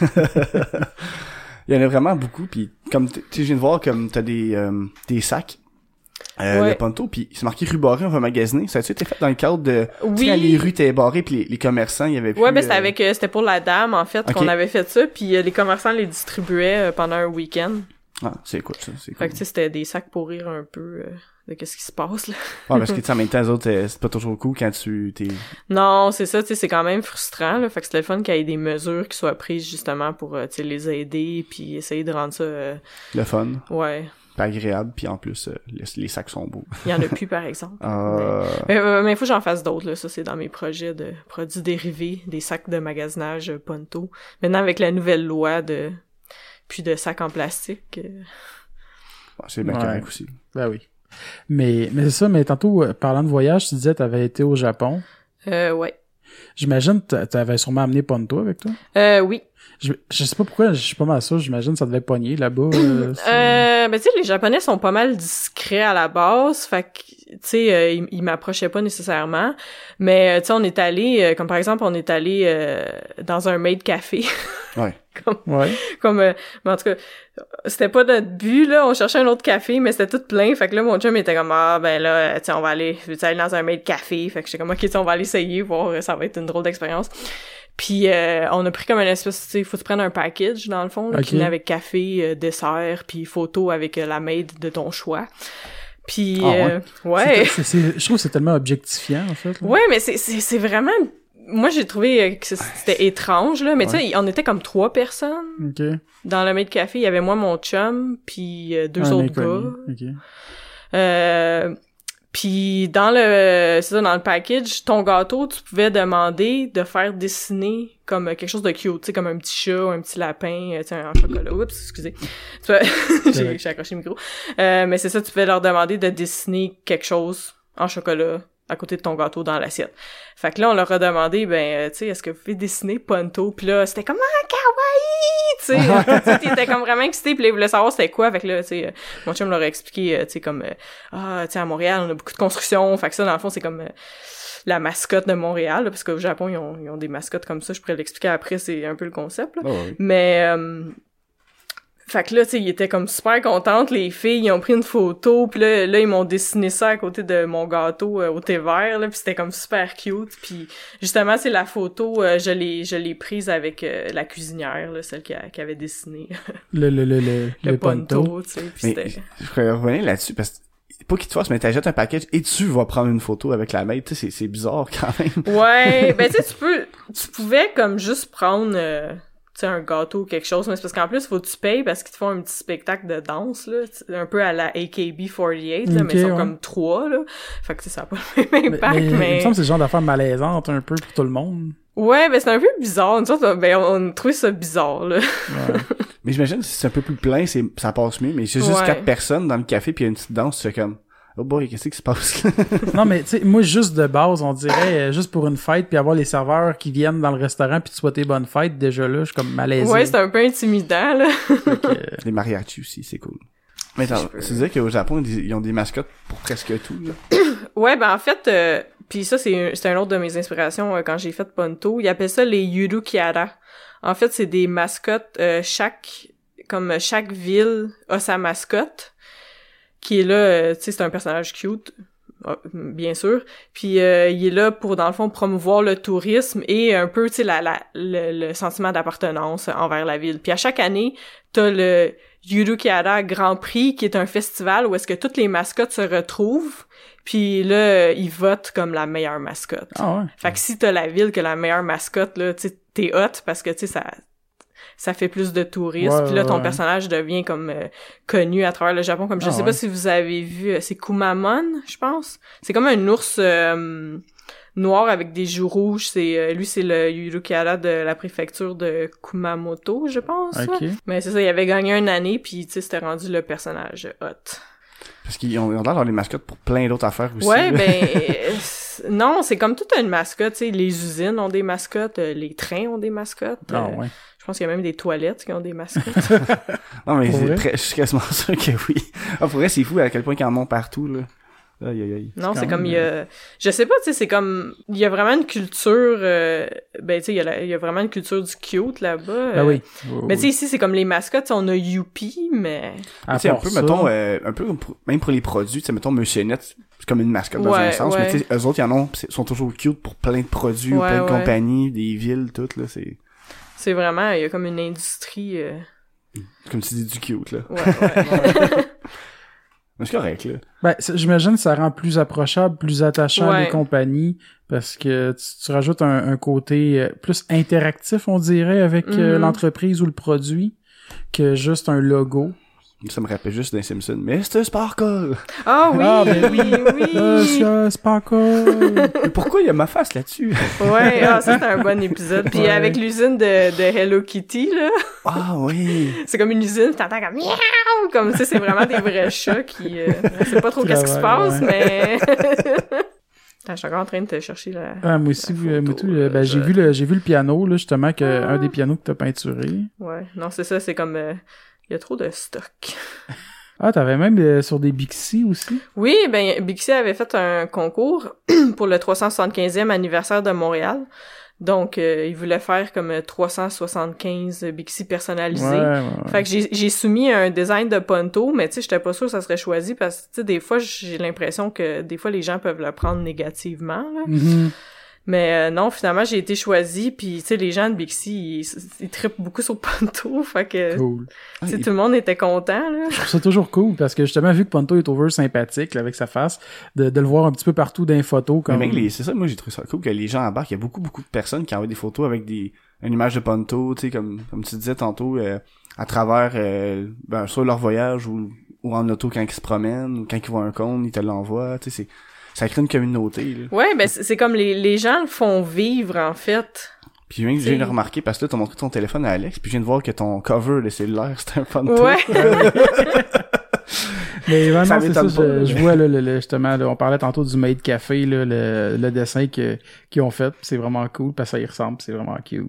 C: Il y en a vraiment beaucoup, puis comme, tu sais, je viens de voir comme t'as des, euh, des sacs, Euh, ouais. le ponto, puis c'est marqué rue barrée, on va magasiner. Ça a-tu été fait dans le cadre de...
B: Oui.
C: Tu sais, les rues étaient barrées, puis les, les commerçants, il y avait plus...
B: Ouais, ben c'était euh... avec... Euh, c'était pour la dame, en fait, okay. qu'on avait fait ça, puis euh, les commerçants les distribuaient euh, pendant un week-end.
C: Ah, c'est cool, ça, c'est cool.
B: Fait que, tu sais, c'était des sacs pour rire un peu euh, de qu'est-ce qui se passe, là.
C: Ouais, parce que, tu sais, en même temps, les autres, c'est pas toujours cool quand tu... t'es...
B: Non, c'est ça, tu sais, c'est quand même frustrant, là. Fait que c'était le fun qu'il y ait des mesures qui soient prises, justement, pour, euh, tu sais, les aider, puis essayer de rendre ça... Euh...
C: Le fun.
B: Ouais.
C: Pas agréable, puis en plus, euh, les, les sacs sont beaux.
B: Il y en a plus, par exemple.
C: Euh...
B: Mais, euh, mais il faut que j'en fasse d'autres, là. Ça, c'est dans mes projets de produits dérivés, des sacs de magasinage euh, Ponto. Maintenant, avec la nouvelle loi de... Puis de sacs en plastique... Euh...
C: Bon, c'est bien ouais. correct aussi.
A: Ben oui. Mais, mais c'est ça, mais tantôt, parlant de voyage, tu disais que t'avais été au Japon.
B: Euh, ouais.
A: J'imagine que t'avais sûrement amené Ponto avec toi?
B: Euh, oui.
A: Je, je sais pas pourquoi, je suis pas mal sûr, j'imagine ça devait pogner là-bas. Euh,
B: euh, ben tu sais, les Japonais sont pas mal discrets à la base, fait que, tu sais, euh, ils, ils m'approchaient pas nécessairement, mais tu sais, on est allé, euh, comme par exemple, on est allé euh, dans un maid café.
C: Ouais.
B: comme,
A: ouais.
B: Comme, euh, mais en tout cas, c'était pas notre but, là, on cherchait un autre café, mais c'était tout plein, fait que là, mon chum était comme, ah, ben là, tu sais, on va aller, veux-tu aller dans un maid café, fait que j'étais comme, ok, on va aller essayer, voir, ça va être une drôle d'expérience. Puis euh, on a pris comme une espèce, tu sais, faut se prendre un package dans le fond, là,
A: okay.
B: qui venait avec café, euh, dessert, puis photo avec euh, la maid de ton choix. Puis
C: ah,
B: euh, ouais,
A: ouais. C'est, c'est, je trouve que c'est tellement objectifiant en fait. Là.
B: Ouais, mais c'est c'est c'est vraiment, moi j'ai trouvé que c'était étrange là, mais ouais. Tu sais, on était comme trois personnes.
A: Okay.
B: Dans le maid café, il y avait moi, mon chum, puis euh, deux un autres inconnu. Gars.
A: Okay.
B: Euh Puis dans le c'est ça dans le package, ton gâteau, tu pouvais demander de faire dessiner comme quelque chose de cute, tu sais comme un petit chat, un petit lapin, tu sais en chocolat. Oups, excusez. Tu vois, j'ai, j'ai accroché le micro. Euh, mais c'est ça, tu pouvais leur demander de dessiner quelque chose en chocolat à côté de ton gâteau dans l'assiette. Fait que là, on leur a demandé, ben, tu sais, est-ce que vous pouvez dessiner Ponto? Puis là, c'était comme, ah, kawaii! Tu sais, tu t'étais comme vraiment excité, puis là, ils voulaient savoir c'était quoi. Fait que là, tu sais, mon chum leur a expliqué, tu sais, comme, ah, tu sais, à Montréal, on a beaucoup de construction. Fait que ça, dans le fond, c'est comme euh, la mascotte de Montréal, là, parce qu'au Japon, ils ont, ils ont des mascottes comme ça. Je pourrais l'expliquer après, c'est un peu le concept, là.
C: Oh, oui.
B: Mais... Euh, fait que là, tu sais, ils étaient comme super contentes, les filles, ils ont pris une photo, puis là, là, ils m'ont dessiné ça à côté de mon gâteau euh, au thé vert, là, puis c'était comme super cute, puis justement, c'est la photo, euh, je l'ai je l'ai prise avec euh, la cuisinière, là, celle qui, a, qui avait dessiné
A: le, le, le, le,
B: le,
A: le
B: Ponto, tu sais, puis
C: mais
B: c'était...
C: Je pourrais revenir là-dessus, parce que pas qu'il te fasse, mais t'achètes un package et tu vas prendre une photo avec la maid, tu sais, c'est, c'est bizarre quand même.
B: Ouais, ben tu sais, tu peux, tu pouvais comme juste prendre... Euh, tu sais, un gâteau ou quelque chose, mais c'est parce qu'en plus, faut que tu payes parce qu'ils te font un petit spectacle de danse, là, un peu à la A K B quarante-huit, là, okay, mais ils sont ouais. comme trois, là. Fait que, tu sais, ça a pas le même impact, mais... mais...
A: mais... Il me semble que c'est le genre d'affaire malaisante un peu pour tout le monde.
B: Ouais, ben c'est un peu bizarre. Nous autres, ben, on, on trouvait ça bizarre, là.
C: Ouais. Mais j'imagine que si c'est un peu plus plein, c'est, ça passe mieux, mais c'est juste ouais. quatre personnes dans le café pis il y a une petite danse, tu fais comme... Oh boy, qu'est-ce qui se passe là?
A: Non, mais tu sais, moi, juste de base, on dirait, euh, juste pour une fête, puis avoir les serveurs qui viennent dans le restaurant puis te souhaiter bonne fête, déjà là, je suis comme malaisé.
B: Ouais, c'est un peu intimidant, là.
A: Que, euh...
C: Les mariachis aussi, c'est cool. Mais attends, tu disais qu'au Japon, ils ont des mascottes pour presque tout, là.
B: Ouais, ben en fait, euh, puis ça, c'est, c'est un autre de mes inspirations euh, quand j'ai fait Ponto. Ils appellent ça les Yurukiara. En fait, c'est des mascottes, euh, chaque, comme chaque ville a sa mascotte. Qui est là, euh, tu sais, c'est un personnage cute, euh, bien sûr. Puis euh, il est là pour, dans le fond, promouvoir le tourisme et un peu, tu sais, la, la, le, le sentiment d'appartenance envers la ville. Puis à chaque année, t'as le Yurukiara Grand Prix, qui est un festival où est-ce que toutes les mascottes se retrouvent. Puis là, ils votent comme la meilleure mascotte.
A: Ah ouais.
B: Fait que si t'as la ville que la meilleure mascotte, là, tu sais, t'es hot parce que, tu sais, ça... ça fait plus de touristes, ouais, puis là, ton ouais. personnage devient comme euh, connu à travers le Japon, comme je ah, sais ouais. pas si vous avez vu, euh, c'est Kumamon, je pense. C'est comme un ours euh, noir avec des joues rouges, c'est euh, lui, c'est le Yurukiara de la préfecture de Kumamoto, je pense.
A: Okay.
B: Mais c'est ça, il avait gagné une année, puis tu sais, c'était rendu le personnage hot.
C: Parce qu'ils ont, ils ont l'air d'avoir les mascottes pour plein d'autres affaires aussi.
B: Ouais, ben... euh, non, c'est comme toute une mascotte, tu sais, les usines ont des mascottes, euh, les trains ont des mascottes.
A: Ah
B: euh,
A: ouais.
B: Je pense qu'il y a même des toilettes qui ont des mascottes.
C: Non, mais c'est très, je suis quasiment sûr que oui. Ah, pour vrai, c'est fou à quel point qu'ils en ont partout, là. Aïe, aïe, aïe.
B: Non, c'est, c'est comme, il y a... Je sais pas, tu sais, c'est comme... Il y a vraiment une culture... Euh... Ben, tu sais, il y, a la... il y a vraiment une culture du cute, là-bas.
A: Ah
B: euh...
A: oui.
B: oui. Mais tu sais, ici, c'est comme les mascottes, on a Youpi, mais...
C: Tu sais, un peu, ça... mettons, euh, un peu pour... même pour les produits, tu sais, mettons, Monsieur Net, c'est comme une mascotte dans
B: ouais,
C: un sens,
B: ouais.
C: mais tu sais, eux autres, ils en ont, sont toujours cute pour plein de produits,
B: ouais,
C: plein de
B: ouais.
C: compagnies, des villes, toutes, là, c'est...
B: C'est vraiment, il y a comme une industrie... Euh...
C: Comme tu dis, du cute, là.
B: Ouais, ouais.
C: Mais c'est correct, là.
A: Ben, j'imagine que ça rend plus approchable, plus attachant
B: ouais.
A: les compagnies, parce que tu, tu rajoutes un, un côté plus interactif, on dirait, avec mm-hmm. euh, l'entreprise ou le produit, que juste un logo.
C: Ça me rappelle juste d'un Simpson. mister Sparkle!
B: Ah oui, ah, ben, oui, oui!
A: Monsieur Sparkle!
C: Mais pourquoi il y a ma face là-dessus?
B: Ouais, ah, ça c'est un bon épisode. Puis ouais. avec l'usine de, de Hello Kitty, là.
C: Ah oui!
B: C'est comme une usine, t'entends comme miaou! Comme ça, c'est vraiment des vrais chats qui... Euh, on sait pas trop qu'est-ce qui se passe, ouais. mais... Attends, je suis encore en train de te chercher la.
A: Ah, moi aussi,
B: la
A: moi
B: photo,
A: tout, euh, ben,
B: je...
A: j'ai vu le, j'ai vu le piano, là, justement, que,
B: ah.
A: un des pianos que t'as peinturé.
B: Ouais, non, c'est ça, c'est comme, il euh, y a trop de stock.
A: Ah, t'avais même euh, sur des Bixi aussi?
B: Oui, ben, Bixi avait fait un concours pour le trois cent soixante-quinzième anniversaire de Montréal. Donc, euh, il voulait faire comme trois cent soixante-quinze Bixi personnalisés.
A: Ouais, ouais, ouais.
B: Fait que j'ai, j'ai soumis un design de Ponto, mais tu sais, j'étais pas sûre que ça serait choisi parce que, tu sais, des fois, j'ai l'impression que des fois, les gens peuvent le prendre négativement, là.
A: Mm-hmm.
B: Mais euh, non, finalement, j'ai été choisie, puis tu sais, les gens de Bixi, ils, ils trippent beaucoup sur Ponto, fait que
A: Cool.
B: tu sais, tout le monde était content, là.
A: Je trouve ça toujours cool, parce que justement, vu que Ponto est over sympathique, là, avec sa face, de, de le voir un petit peu partout dans les photos, comme...
C: Mais mec, les- c'est ça, moi j'ai trouvé ça cool que les gens embarquent. Il y a beaucoup, beaucoup de personnes qui envoient des photos avec des une image de Ponto, tu sais, comme comme tu disais tantôt, euh, à travers euh, ben, soit leur voyage ou, ou en auto quand ils se promènent, ou quand ils voient un cône, ils te l'envoient, tu sais, c'est ça crée une communauté, là.
B: Ouais, ben c'est, c'est comme les, les gens le font vivre, en fait.
C: Puis je viens, je viens de remarquer, parce que là, t'as montré ton téléphone à Alex, puis je viens de voir que ton cover de cellulaire, c'était un Ponto.
B: Ouais.
A: Mais vraiment,
C: Ça
A: c'est ça,
C: m'étonne pas,
A: je, je vois, là, le, le- justement, là, on parlait tantôt du Made Café, là, le, le dessin que, qu'ils ont fait, c'est vraiment cool, parce que ça y ressemble, c'est vraiment cute.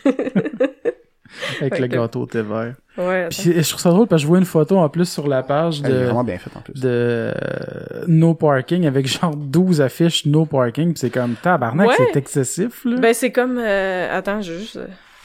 A: Avec
B: Ouais,
A: le
B: que-
A: gâteau au thé vert.
B: Ouais.
A: Puis je trouve ça drôle, parce que je vois une photo en plus sur la page
C: Elle est
A: de...
C: vraiment bien faite en plus.
A: de euh, no parking avec genre douze affiches no parking, pis c'est comme tabarnak,
B: Ouais.
A: c'est excessif là.
B: Ben c'est comme euh, attends, je juste euh,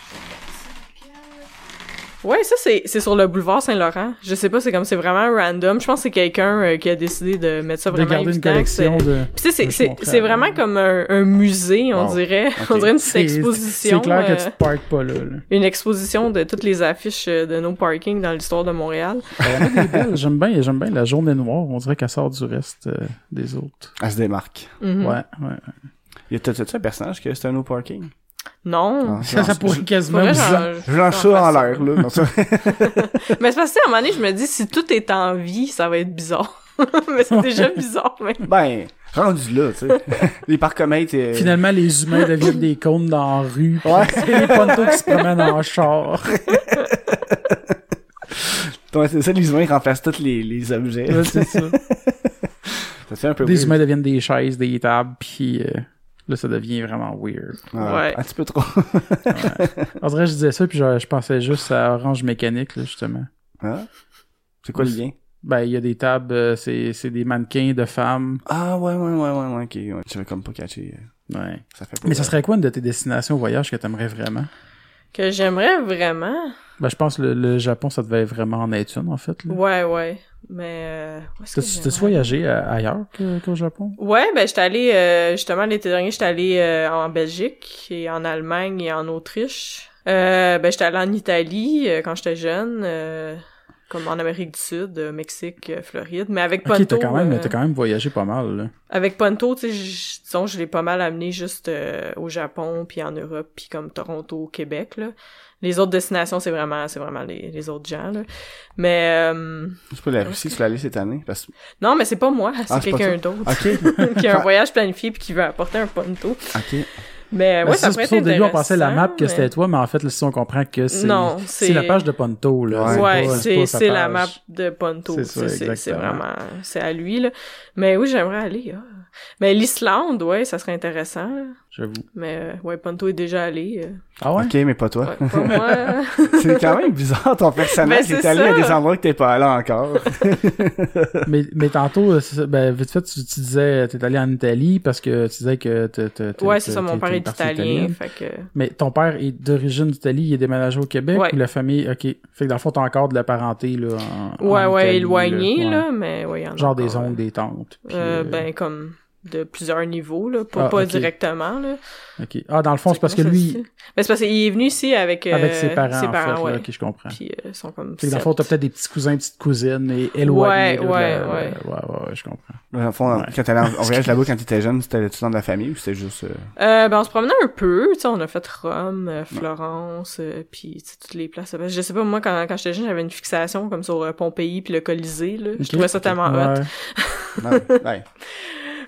B: ouais, ça c'est c'est sur le boulevard Saint-Laurent. Je sais pas, c'est comme c'est vraiment random. Je pense que c'est quelqu'un euh, qui a décidé de mettre ça
A: de
B: vraiment
A: garder une
B: évident. que c'est-
A: collection de
B: Puis tu sais, c'est
A: Je
B: c'est
A: comprends.
B: c'est vraiment comme un, un musée, on
C: Wow.
B: dirait.
C: Ok.
B: On dirait une petite
A: c'est
B: exposition.
A: c'est clair que
B: euh,
A: tu te parques pas là, là.
B: une exposition de toutes les affiches euh, de no parking dans l'histoire de Montréal.
A: Il y en a des belles. J'aime bien, j'aime bien la journée noire, on dirait qu'elle sort du reste euh, des autres.
C: Elle se démarque.
B: Mhm.
A: Ouais, ouais.
C: Y a t'as-tu un personnage que c'est un no parking?
B: Non.
C: Ah,
A: Ça, ça
C: je-
A: pourrait quasiment
B: Faudrait
A: vous
B: j'en-
A: en-
C: Je lance
B: j'en
C: ça en
B: fasse
C: l'air, là. Non, ça-
B: Mais c'est parce que à un moment donné, je me dis, si tout est en vie, ça va être bizarre. Mais c'est déjà bizarre, mais...
C: Ben, rendu là, tu sais. Les parcomètres, euh...
A: Finalement, les humains deviennent des cônes dans la rue. pis
C: Ouais.
A: C'est les pontos qui se promènent en char.
C: Ouais, c'est ça, les humains remplacent tous les, les objets.
A: Ouais, c'est ça.
C: Ça fait un peu
A: Les
C: weird.
A: humains deviennent des chaises, des tables, puis euh, là, ça devient vraiment weird.
C: Ouais.
B: Ouais.
C: Un petit peu trop.
A: On dirait que je disais ça, puis je, je pensais juste à Orange Mécanique, là, justement.
C: Hein? C'est quoi le lien?
A: Ben, il y a des tables, euh, c'est, c'est des mannequins de femmes.
C: Ah, ouais, ouais, ouais, ouais, ouais, ok. Ouais. J'avais comme pas catché. euh,
A: Ouais.
C: Ça fait pas.
A: Mais ça serait quoi une de tes destinations voyage que t'aimerais vraiment?
B: Que j'aimerais vraiment...
A: Ben, je pense que le, le Japon, ça devait vraiment en être une, en fait. Là.
B: Ouais, ouais. Mais... Euh, où est-ce que
A: T'as-tu,
B: j'aimerais
A: t'as-tu voyagé euh, ailleurs que, qu'au Japon?
B: Ouais, ben j'étais allée, euh, justement, l'été dernier, j'étais allée euh, en Belgique, et en Allemagne, et en Autriche. Euh, ben j'étais allée en Italie, euh, quand j'étais jeune, euh, comme en Amérique du Sud, euh, Mexique, euh, Floride. Mais avec Ponto...
A: Ok, t'as quand même,
B: euh,
A: t'as quand même voyagé pas mal, là.
B: Avec Ponto, tu sais, j- disons, je l'ai pas mal amené juste euh, au Japon, puis en Europe, puis comme Toronto, Québec, là. Les autres destinations, c'est vraiment c'est vraiment les, les autres gens, là. Mais, euh,
C: Je peux la Russie, tu l'as allé cette année? Parce que...
B: non, mais c'est pas moi, c'est
C: Ah, c'est pas
B: quelqu'un
C: toi?
B: d'autre.
C: Ok.
B: qui a un voyage planifié puis qui veut apporter un Ponto.
C: Ok.
B: Mais
A: Ben,
B: ouais,
A: ça,
B: ça
A: c'est
B: pourrait
A: pour ça,
B: être
A: au début, on pensait la
B: intéressant,
A: map que
B: mais-
A: c'était toi, mais en fait, là, si on comprend que c'est,
B: Non,
A: c'est
B: c'est-
A: la page de Ponto, là.
C: Ouais.
B: Ouais,
A: pas-
B: c'est
A: pas sa
B: c'est la
A: page.
B: map de Ponto.
A: C'est
B: C'est
A: ça,
B: c'est c'est
A: exactement.
B: vraiment c'est à lui là. Mais oui, j'aimerais aller. Ah. Mais l'Islande, ouais, ça serait intéressant. Là.
A: J'avoue.
B: Mais euh, ouais, Ponto est déjà allé. euh.
A: Ah ouais?
C: Ok, mais pas toi.
B: Ouais, pas moi.
C: C'est quand même bizarre, ton personnage.
B: Ben, c'est
C: T'es allé
B: ça.
C: à des endroits que t'es pas allé encore.
A: mais, mais tantôt, euh, c'est ça, ben, vite fait, tu, tu disais, t'es allé en Italie parce que tu disais que t'es, t'es, t'es-
B: Ouais, c'est ça,
A: t'es-
B: mon
A: t'es
B: père
A: une
B: est
A: partie
B: italien,
A: italienne.
B: fait que
A: Mais ton père est d'origine d'Italie, il est déménagé au Québec
B: Ouais.
A: ou la famille, ok. Fait que dans le fond, t'as encore de la parenté, là, en,
B: ouais,
A: en
B: ouais,
A: Italie,
B: éloigné
A: là.
B: là,
A: Ouais.
B: mais ouais, il y en a
A: Genre
B: encore,
A: des
B: euh,
A: oncles, des tantes. puis,
B: euh,
A: euh,
B: ben comme de plusieurs niveaux là, pas
A: Ah,
B: pas
A: ok.
B: directement là.
A: ok. Ah, dans le fond, c'est parce que
B: comment ça
A: lui,
B: se dit? Ben c'est parce qu'il est venu ici avec euh,
A: avec ses parents,
B: ses
A: en
B: parents,
A: fait,
B: ouais.
A: là, ok, je comprends.
B: Puis euh, ils sont comme
A: Fait que dans le fond, t'as
B: sept.
A: peut-être des petits cousins, petites cousines, et éloignés.
B: Ouais,
A: là, de
B: ouais,
A: la-
B: ouais.
A: ouais, ouais, ouais, je comprends.
C: Dans le fond,
A: Ouais.
C: quand t'allais en en voyage là-bas quand t'étais jeune, c'était tout dans de la famille ou c'était juste... euh,
B: Euh, ben on se promenait un peu, tu sais, on a fait Rome, euh, Florence, euh, puis tu sais, toutes les places. Je sais pas, moi quand quand j'étais jeune, j'avais une fixation comme sur euh, Pompéi puis le Colisée là. Je
A: Ok.
B: trouvais ça tellement hot.
A: Ouais.
C: Ouais, ouais.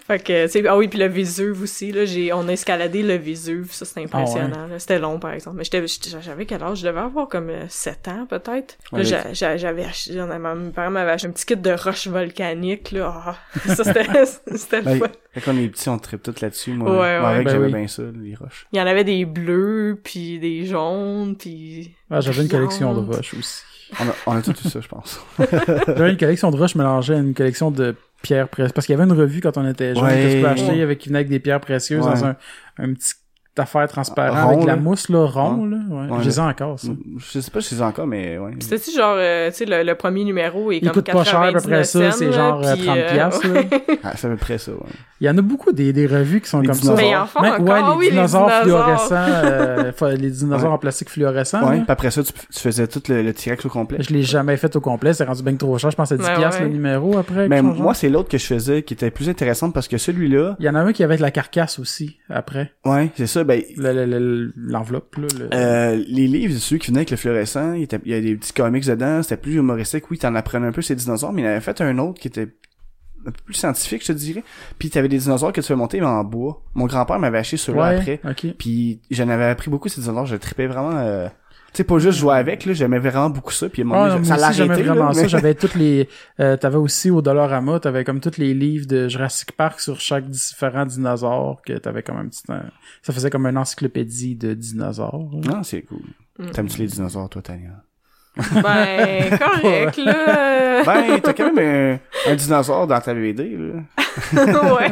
B: Fait que, tu sais, ah oui, puis le Vésuve aussi, là, j'ai, on a escaladé le Vésuve, ça, c'était impressionnant,
A: Ah ouais.
B: là. C'était long, par exemple. Mais j'étais, j'étais- j'avais quel âge? Je devais avoir comme euh, sept ans, peut-être.
C: Ouais,
B: Là, j'a- j'a- j'avais acheté, j'en avais- mes parents m'avaient acheté un petit kit de roches volcaniques, là. Ah, ça, c'était, c'était le
C: Ben,
B: fun.
C: quand on est petits, on tripe tout là-dessus. Moi,
B: Ouais,
C: moi,
B: ouais.
C: avec,
A: Ben
C: j'avais
A: oui.
C: bien ça, les roches.
B: Il y en avait des bleus, puis des jaunes, puis...
A: Ah, j'avais une collection de
B: brillantes.
A: roches aussi.
C: On a, on a tout eu ça, je pense.
A: J'avais une collection de roches mélangée à une collection de pierres précieuses. Parce qu'il y avait une revue quand on était jeune
C: Ouais.
A: que tu peux acheter avec, qui venait avec des pierres précieuses
C: Ouais.
A: dans un, un petit affaire transparent
C: Rond,
A: avec de la
C: là.
A: mousse, là, rond, là. Ouais.
C: Ouais,
A: Je les ai
C: là.
A: encore, ça.
C: Je sais pas si c'est encore, mais ouais.
B: C'était-tu genre, euh, tu sais, le, le premier numéro est
A: Il
B: comme
A: coûte pas cher, à peu près ça,
B: quatre-vingt-dix-neuf
A: c'est
B: cents,
A: genre
B: là,
A: euh,
B: puis,
A: trente
B: euh,
A: piastres, là.
C: Ah, c'est à peu près ça, ouais.
A: Il y en a beaucoup des, des revues qui sont
C: Les
A: comme
C: dinosaures.
A: ça.
B: Mais ils en font
A: Même-
B: encore,
A: ouais, les
B: oui, les
A: dinosaures
B: dinosaures.
A: fluorescents, euh, fa- les dinosaures
C: Ouais.
A: en plastique fluorescent.
C: Ouais,
A: là.
C: puis après ça, tu, tu faisais tout le, le T-Rex au complet.
A: Je l'ai jamais fait au complet, c'est rendu bien trop cher. Je pense à dix
B: Ouais,
A: piastres
B: ouais.
A: le numéro après.
C: Mais
A: quelque chose
C: moi,
A: genre.
C: c'est l'autre que je faisais qui était plus intéressante parce que celui-là,
A: Il y en a un qui avait de la carcasse aussi, après.
C: ouais, c'est ça, ben,
A: Le- le- le- L'enveloppe, là. le-
C: Euh, les livres, ceux qui venaient avec le fluorescent, il, était, il y a des petits comics dedans, c'était plus humoristique. Oui, t'en apprenais un peu ces dinosaures, mais il avait fait un autre qui était un peu plus scientifique, je te dirais. Puis t'avais des dinosaures que tu fais monter, mais en bois. Mon grand-père m'avait acheté ceux-là
A: Ouais,
C: après.
A: ok.
C: Puis j'en avais appris beaucoup ces dinosaures, je tripais vraiment... Euh... Tu sais, pas juste jouer avec, là, j'aimais vraiment beaucoup ça. Puis à un moment
A: Ah,
C: donné,
A: non,
C: ça
A: moi
C: l'a
A: aussi, j'aimais
C: arrêté,
A: vraiment
C: là,
A: ça.
C: mais-
A: J'avais toutes les, euh, t'avais aussi au Dollarama, t'avais comme tous les livres de Jurassic Park sur chaque différent dinosaure que t'avais comme un petit, un- ça faisait comme une encyclopédie de dinosaures. là.
C: Non, c'est cool.
B: Mm.
C: T'aimes-tu les dinosaures, toi, Tania?
B: Ben, correct, là.
C: Ben, t'as quand même un, un dinosaure dans ta B D, là.
B: Ouais.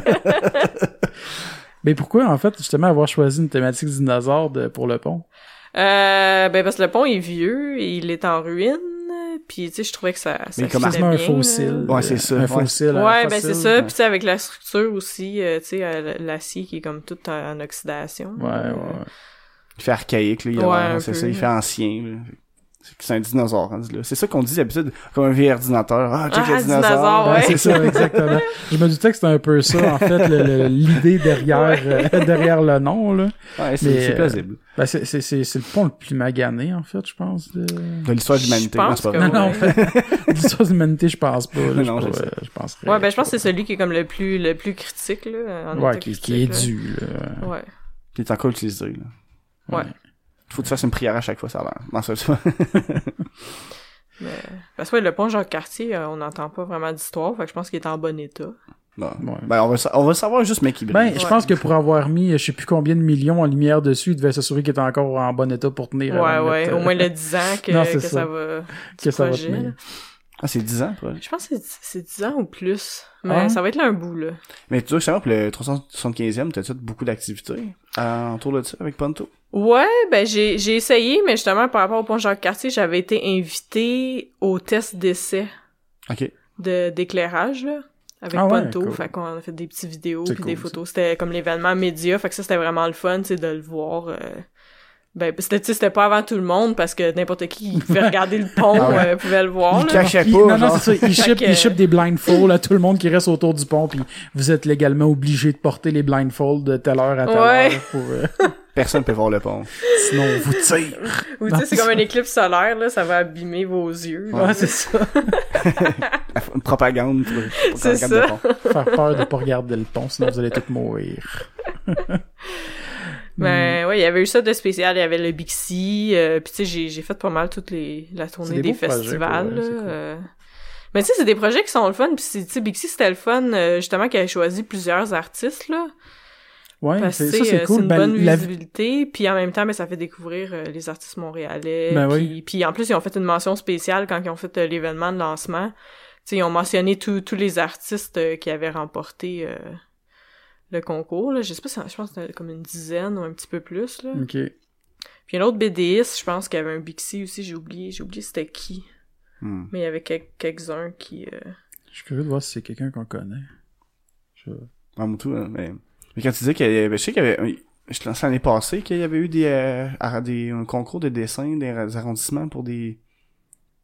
A: Mais pourquoi, en fait, justement, avoir choisi une thématique dinosaure de, pour le pont?
B: Euh, ben, parce que le pont est vieux, et il est en ruine, puis tu sais, je trouvais que ça, ça
C: Mais comment-
B: fitait
A: C'est un
B: bien,
A: fossile.
B: là.
C: Ouais, c'est ça,
A: Un
C: ouais.
A: fossile. un
B: Ouais, ben
A: fossile.
B: c'est ça,
C: ouais.
B: puis tu sais, avec la structure aussi, euh, tu sais, euh, l'acier qui est comme tout en, en oxydation.
A: Ouais,
B: Euh,
A: ouais.
C: Il fait archaïque, là. Il a
B: Ouais,
C: l'air,
B: un
C: c'est
B: peu.
C: ça, il fait ancien, là. C'est un dinosaure, rendu là. C'est ça qu'on dit d'habitude, comme un vieil ordinateur. Ah, check
B: Ah,
C: le dinosaure.
B: dinosaure,
A: Ouais,
B: ouais.
A: c'est ça, exactement. Je me doutais que c'était un peu ça, en fait, le- le- l'idée derrière, euh, derrière le nom, là.
C: Ouais, c'est,
A: Mais,
C: c'est
A: euh,
C: plausible.
A: Ben, c'est, c'est, c'est, c'est le pont le plus magané, en fait, je pense. De...
C: De l'histoire de l'humanité,
B: je
C: non,
B: pense
C: c'est pas
B: que
C: vrai.
A: Non,
B: ouais.
A: non, l'histoire de l'humanité, je pense pas. Là,
C: Non,
A: je,
C: je
A: pas,
C: sais.
A: euh, je penserais.
B: Ouais, ben je pense que c'est celui qui est comme le plus, le plus critique, là, en
A: Ouais,
B: état
A: qui,
B: critique,
A: qui est
B: là.
A: dû, là.
B: Ouais.
C: Puis il est encore utilisé, là.
B: Ouais.
C: Faut que tu fasses une prière à chaque fois, ça a l'air. Non, ça, ça.
B: Mais, parce que ouais, le pont Jacques-Cartier, euh, on n'entend pas vraiment d'histoire, fait que je pense qu'il est en bon état.
C: Bon.
A: Ouais.
C: Ben, on va, sa- on va savoir juste, mec, qui brille.
A: Ben, je
B: Ouais.
A: pense que pour avoir mis, je sais plus combien de millions en lumière dessus, il devait s'assurer qu'il était encore en bon état pour tenir.
B: Ouais,
A: avant de
B: ouais,
A: mettre, euh,
B: au moins le dix ans que,
A: Non,
B: que
A: c'est
B: ça.
A: ça.
B: va...
A: que ça va
B: projet,
A: tenir.
B: là.
C: Ah, c'est dix ans, pour elle.
B: Je pense que c'est- c'est dix ans ou plus. Mais
A: Ah.
B: ça va être là un bout, là.
C: Mais tu vois, justement, pour le trois cent soixante-quinzième, t'as-tu beaucoup d'activités euh, autour de ça avec Ponto?
B: Ouais, ben j'ai j'ai essayé, mais justement, par rapport au pont Jacques-Cartier, j'avais été invitée au test d'essai
C: Ok.
B: de d'éclairage, là, avec
A: Ah ouais,
B: Ponto.
A: cool.
B: Fait qu'on a fait des petites vidéos
A: C'est
B: puis
A: cool,
B: des photos. C'était comme l'événement média, fait que ça, c'était vraiment le fun, tu sais, de le voir... euh, Ben, c'était, tu sais, c'était pas avant tout le monde, parce que n'importe qui qui pouvait regarder le pont
C: Ah ouais.
B: euh, pouvait le voir,
C: Il
B: là.
C: cachait
A: Il-
C: pas,
A: non, non,
C: genre.
A: c'est ça. Ils
B: Fait
A: ship,
B: que-
A: ils ship des blindfolds à tout le monde qui reste autour du pont, puis vous êtes légalement obligé de porter les blindfolds de telle heure à telle
B: Ouais.
A: heure pour, euh,
C: Personne peut voir le pont.
A: sinon on vous tire.
B: Ou tu sais, c'est comme un éclipse solaire, là, ça va abîmer vos yeux.
A: Ouais, c'est ça.
C: Une propagande pour, pour
B: C'est
C: qu'on regarde le
B: ça.
C: pont.
A: Faire peur de pas regarder le pont, sinon vous allez tous mourir.
B: Ben, ouais, il y avait eu ça de spécial, il y avait le Bixi, euh, puis tu sais, j'ai, j'ai fait pas mal toutes les, la tournée
A: C'est des
B: des,
A: beaux projets,
B: festivals,
A: pour vrai, c'est
B: là,
A: cool.
B: euh. Mais tu sais, c'est des projets qui sont le fun, pis c'est- tu sais, Bixi, c'était le fun, euh, justement, qu'il avait choisi plusieurs artistes, là.
A: Ouais,
B: Parce
A: c'est,
B: que
A: ça c'est
B: euh,
A: cool.
B: c'est une
A: Ben,
B: bonne
A: la-
B: visibilité, puis en même temps, ben, ça fait découvrir euh, les artistes montréalais.
A: Ben
B: puis,
A: oui.
B: puis en plus, ils ont fait une mention spéciale quand ils ont fait euh, l'événement de lancement. Tu sais, ils ont mentionné tous tous les artistes euh, qui avaient remporté euh, le concours. Là. Je sais pas, si- je pense que c'était comme une dizaine ou un petit peu plus. Là.
A: Ok.
B: Puis un autre BDiste, je pense qu'il y avait un Bixi aussi, j'ai oublié. J'ai oublié c'était qui.
C: Hmm.
B: Mais il y avait quel- quelques-uns qui... euh,
A: Je suis curieux de voir si c'est quelqu'un qu'on connaît. Je...
C: En tout, hein, mais... mais quand tu disais qu'il y avait, je sais qu'il y avait, je te lance l'année passée qu'il y avait eu des, euh, ar- des, un concours de dessin des arrondissements pour des,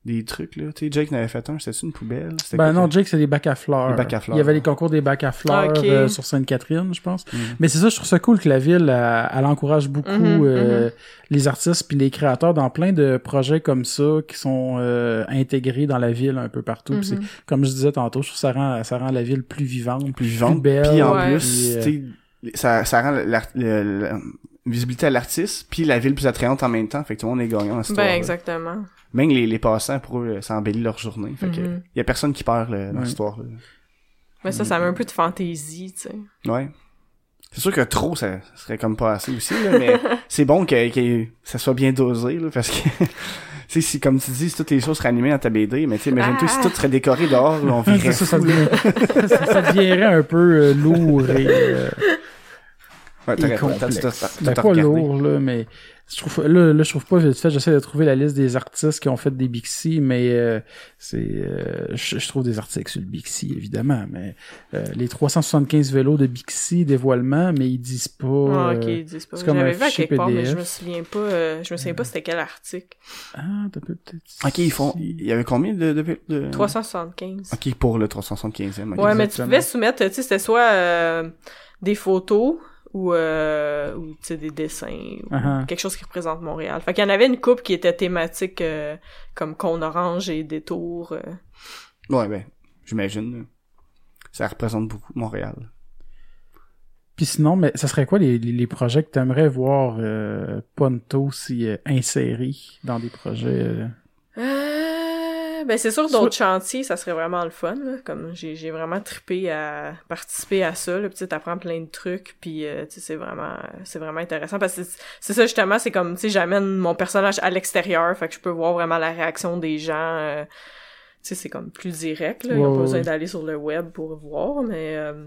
C: des trucs, là. Tu sais, Jake n'avait fait un, c'était-tu une poubelle? C'était
A: Ben
C: quoi,
A: non, Jake, c'est des bacs à fleurs.
C: Les bacs à fleurs,
A: Il y avait
C: ouais.
A: les concours des bacs à fleurs
B: Ok.
A: euh, sur Sainte-Catherine, je pense.
C: Mm.
A: Mais c'est ça, je trouve ça cool que la ville, elle, elle encourage beaucoup
B: Mhm,
A: euh,
B: mhm.
A: les artistes puis les créateurs dans plein de projets comme ça qui sont euh, intégrés dans la ville un peu partout. Puis
B: Mhm.
A: c'est, comme je disais tantôt, je trouve que ça rend, ça rend la ville plus vivante,
C: plus vivante.
A: plus belle.
C: Puis en
B: Ouais.
C: plus,
A: Puis, euh,
C: tu sais, ça, ça rend l'art- le- la visibilité à l'artiste, puis la ville plus attrayante en même temps. Fait que tout le monde est gagnant dans cette
B: Ben,
C: histoire-là.
B: exactement.
C: Même les, les passants, pour eux, ça embellit leur journée. Fait que
B: Mhm.
C: y a personne qui perd là, dans
A: Ouais.
C: cette histoire-là.
B: Mais ça, ça met un peu de fantaisie, tu sais.
C: Ouais. C'est sûr que trop, ça serait comme pas assez aussi, là, mais c'est bon que, que ça soit bien dosé, là, parce que, tu sais, si, comme tu dis, si toutes les choses seraient animées dans ta B D, mais tu sais, imagine-toi
B: Ah!
C: si tout serait décoré dehors, là, on
A: c'est
C: virait
A: ça, ça,
C: fou, là.
A: devient- ça, ça deviendrait un peu euh, lourd et, euh,
C: Ouais,
A: et
C: t'aurais pas- t'as-
A: complexe.
C: t'as- t'as-
A: Ben,
C: t'as
A: pas
C: regardé.
A: lourd, là, mais je trouve, là, là, je trouve pas vite fait. J'essaie de trouver la liste des artistes qui ont fait des Bixi, mais euh, c'est, euh, je, je trouve des articles sur le Bixi, évidemment, mais euh, les trois cent soixante-quinze vélos de Bixi, dévoilement, mais ils disent pas...
B: Ah, ok,
A: euh,
B: ils disent pas.
A: c'est comme
B: J'avais
A: un
B: vu à
A: fichier
B: quelque part, mais
A: P D F.
B: je me souviens pas, euh, je me souviens pas c'était quel article.
A: Ah, t'as peut peut-être...
C: Ok, ils font, il y avait combien de, de, de...
B: trois cent soixante-quinze.
C: Ok, pour le trois cent soixante-quinzième. ok.
B: Ouais, mais tu
A: exactement.
B: pouvais soumettre, tu sais, c'était soit euh, des photos ou, euh, ou tu sais, des dessins ou
A: Uh-huh.
B: quelque chose qui représente Montréal. Fait qu'il y en avait une couple qui était thématique euh, comme Cône Orange et Détour. euh.
C: Ouais, ben, j'imagine. là. Ça représente beaucoup Montréal.
A: Puis sinon, mais ça serait quoi les, les, les projets que t'aimerais voir euh, Ponto s'y euh, insérer dans des projets... euh,
B: Euh, ben c'est sûr d'autres chantiers, ça serait vraiment le fun, là. Comme j'ai j'ai vraiment trippé à participer à ça, là, puis tu sais, t'apprends plein de trucs, puis euh, tu sais, c'est vraiment c'est vraiment intéressant parce que c'est c'est ça justement, c'est comme tu sais, j'amène mon personnage à l'extérieur, fait que je peux voir vraiment la réaction des gens. euh, tu sais, c'est comme plus direct, là, ils
A: Ouais,
B: ont pas
A: ouais,
B: besoin
A: ouais.
B: d'aller sur le web pour voir, mais euh,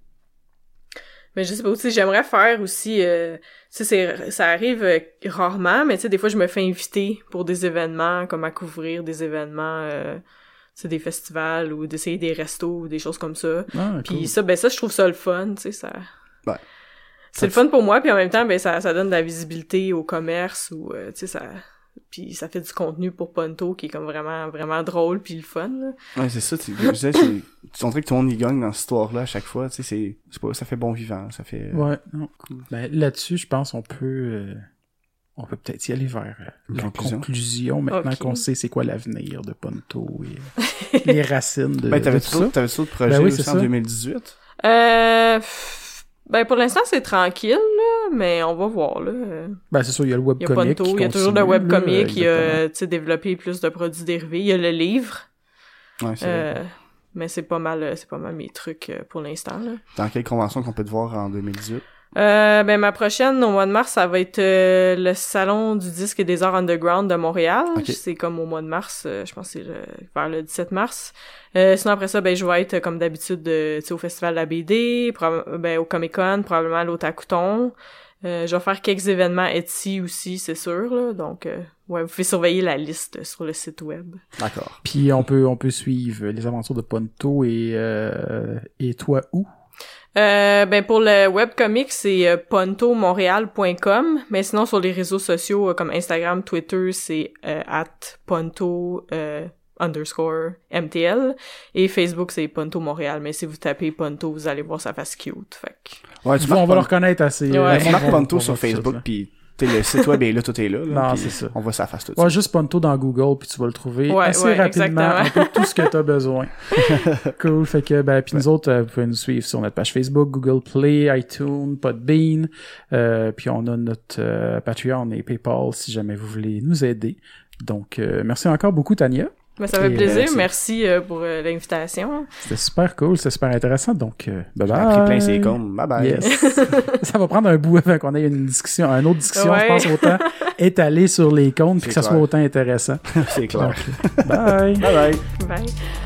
B: mais je sais pas aussi, j'aimerais faire aussi, euh, tu sais, c'est, ça arrive euh, rarement, mais tu sais, des fois, je me fais inviter pour des événements, comme à couvrir des événements, euh, tu sais, des festivals ou d'essayer des restos ou des choses comme ça.
A: Ah,
B: Puis
A: cool.
B: ça, ben ça, je trouve ça le fun, tu sais, ça...
C: Ouais.
B: C'est le fun pour moi, puis en même temps, ben ça, ça donne de la visibilité au commerce ou, euh, tu sais, ça... Puis ça fait du contenu pour Ponto qui est comme vraiment, vraiment drôle puis le fun, là.
C: Ouais, c'est ça, tu je disais, c'est- tu sentais que tout le monde y gagne dans cette histoire-là à chaque fois, tu sais, c'est, c'est pas, ça fait bon vivant, ça fait... euh,
A: Ouais, non. Ben, là-dessus, je pense on peut euh, on peut peut-être y aller vers euh,
C: Une
A: la
C: conclusion.
A: conclusion, maintenant
B: Ok.
A: qu'on sait c'est quoi l'avenir de Ponto et euh, les racines de,
C: Ben,
A: de
C: t'avais-tu
A: tout ça.
C: d'autres, t'avais-tu d'autres projets
A: Ben oui,
C: aussi
A: c'est
C: en
A: ça.
C: deux mille dix-huit?
B: Euh... pff, Ben, pour l'instant, c'est tranquille, là, mais on va voir, là.
A: Ben, c'est sûr, il y a le
B: Il y a
A: webcomic.
B: Ponto, il y a toujours le webcomic, il y a, tu sais, développé plus de produits dérivés. Il y a le livre.
C: Ouais, c'est vrai.
B: Euh, mais c'est pas mal, c'est pas mal mes trucs euh, pour l'instant, là.
C: Dans quelle convention qu'on peut te voir en deux mille dix-huit?
B: Euh, ben, ma prochaine, au mois de mars, ça va être euh, le Salon du disque et des arts underground de Montréal.
C: Ok.
B: C'est comme au mois de mars, euh, je pense que c'est le, vers le dix-sept mars. Euh, sinon, après ça, ben, je vais être, euh, comme d'habitude, euh, tu sais, au Festival de la B D, proba- ben, au Comic-Con, probablement à l'Otakuton. Euh, je vais faire quelques événements Etsy aussi, c'est sûr, là. Donc, euh, ouais, vous pouvez surveiller la liste sur le site web.
C: D'accord.
A: Puis on peut on peut suivre les aventures de Ponto et euh, et toi où?
B: Euh, ben pour le webcomic, c'est euh, ponto montréal point com, mais sinon sur les réseaux sociaux euh, comme Instagram, Twitter, c'est euh, at ponto euh, underscore mtl et Facebook c'est Ponto Montréal, mais si vous tapez Ponto, vous allez voir sa face cute. Fait que...
C: Ouais, tu
A: on va
C: marques,
A: le
C: Pon-
A: reconnaître assez.
B: Ouais.
A: euh,
C: tu
A: on
C: marques
A: va-
C: Ponto
A: on
C: sur
A: va tout ça,
C: Facebook,
A: là.
C: pis t'sais, le site web est là, tout est là. là
A: Non,
C: pis
A: c'est ça.
C: On voit sa face tout de
A: Ouais,
C: suite.
A: juste Ponto dans Google, puis tu vas le trouver
B: Ouais,
A: assez
B: ouais,
A: rapidement,
B: exactement.
A: un peu tout ce que t'as besoin. Cool, fait que, ben, puis nous autres, euh, vous pouvez nous suivre sur notre page Facebook, Google Play, iTunes, Podbean, euh, puis on a notre euh, Patreon et PayPal si jamais vous voulez nous aider. Donc, euh, merci encore beaucoup, Tania.
B: Mais ça fait
A: Et,
B: plaisir,
C: euh, c'est-
B: merci euh, pour euh, l'invitation.
A: C'était super cool, c'était super intéressant, donc, euh, bye
C: J'ai
A: bye.
C: appris plein ses comptes. Bye bye.
A: Yes. Ça va prendre un bout avant qu'on ait une discussion, une autre discussion,
B: Ouais.
A: je pense, autant étalée sur les comptes, puis
C: C'est
A: que ça
C: clair.
A: soit autant intéressant.
C: C'est clair.
A: Donc, bye!
C: Bye bye.
B: Bye.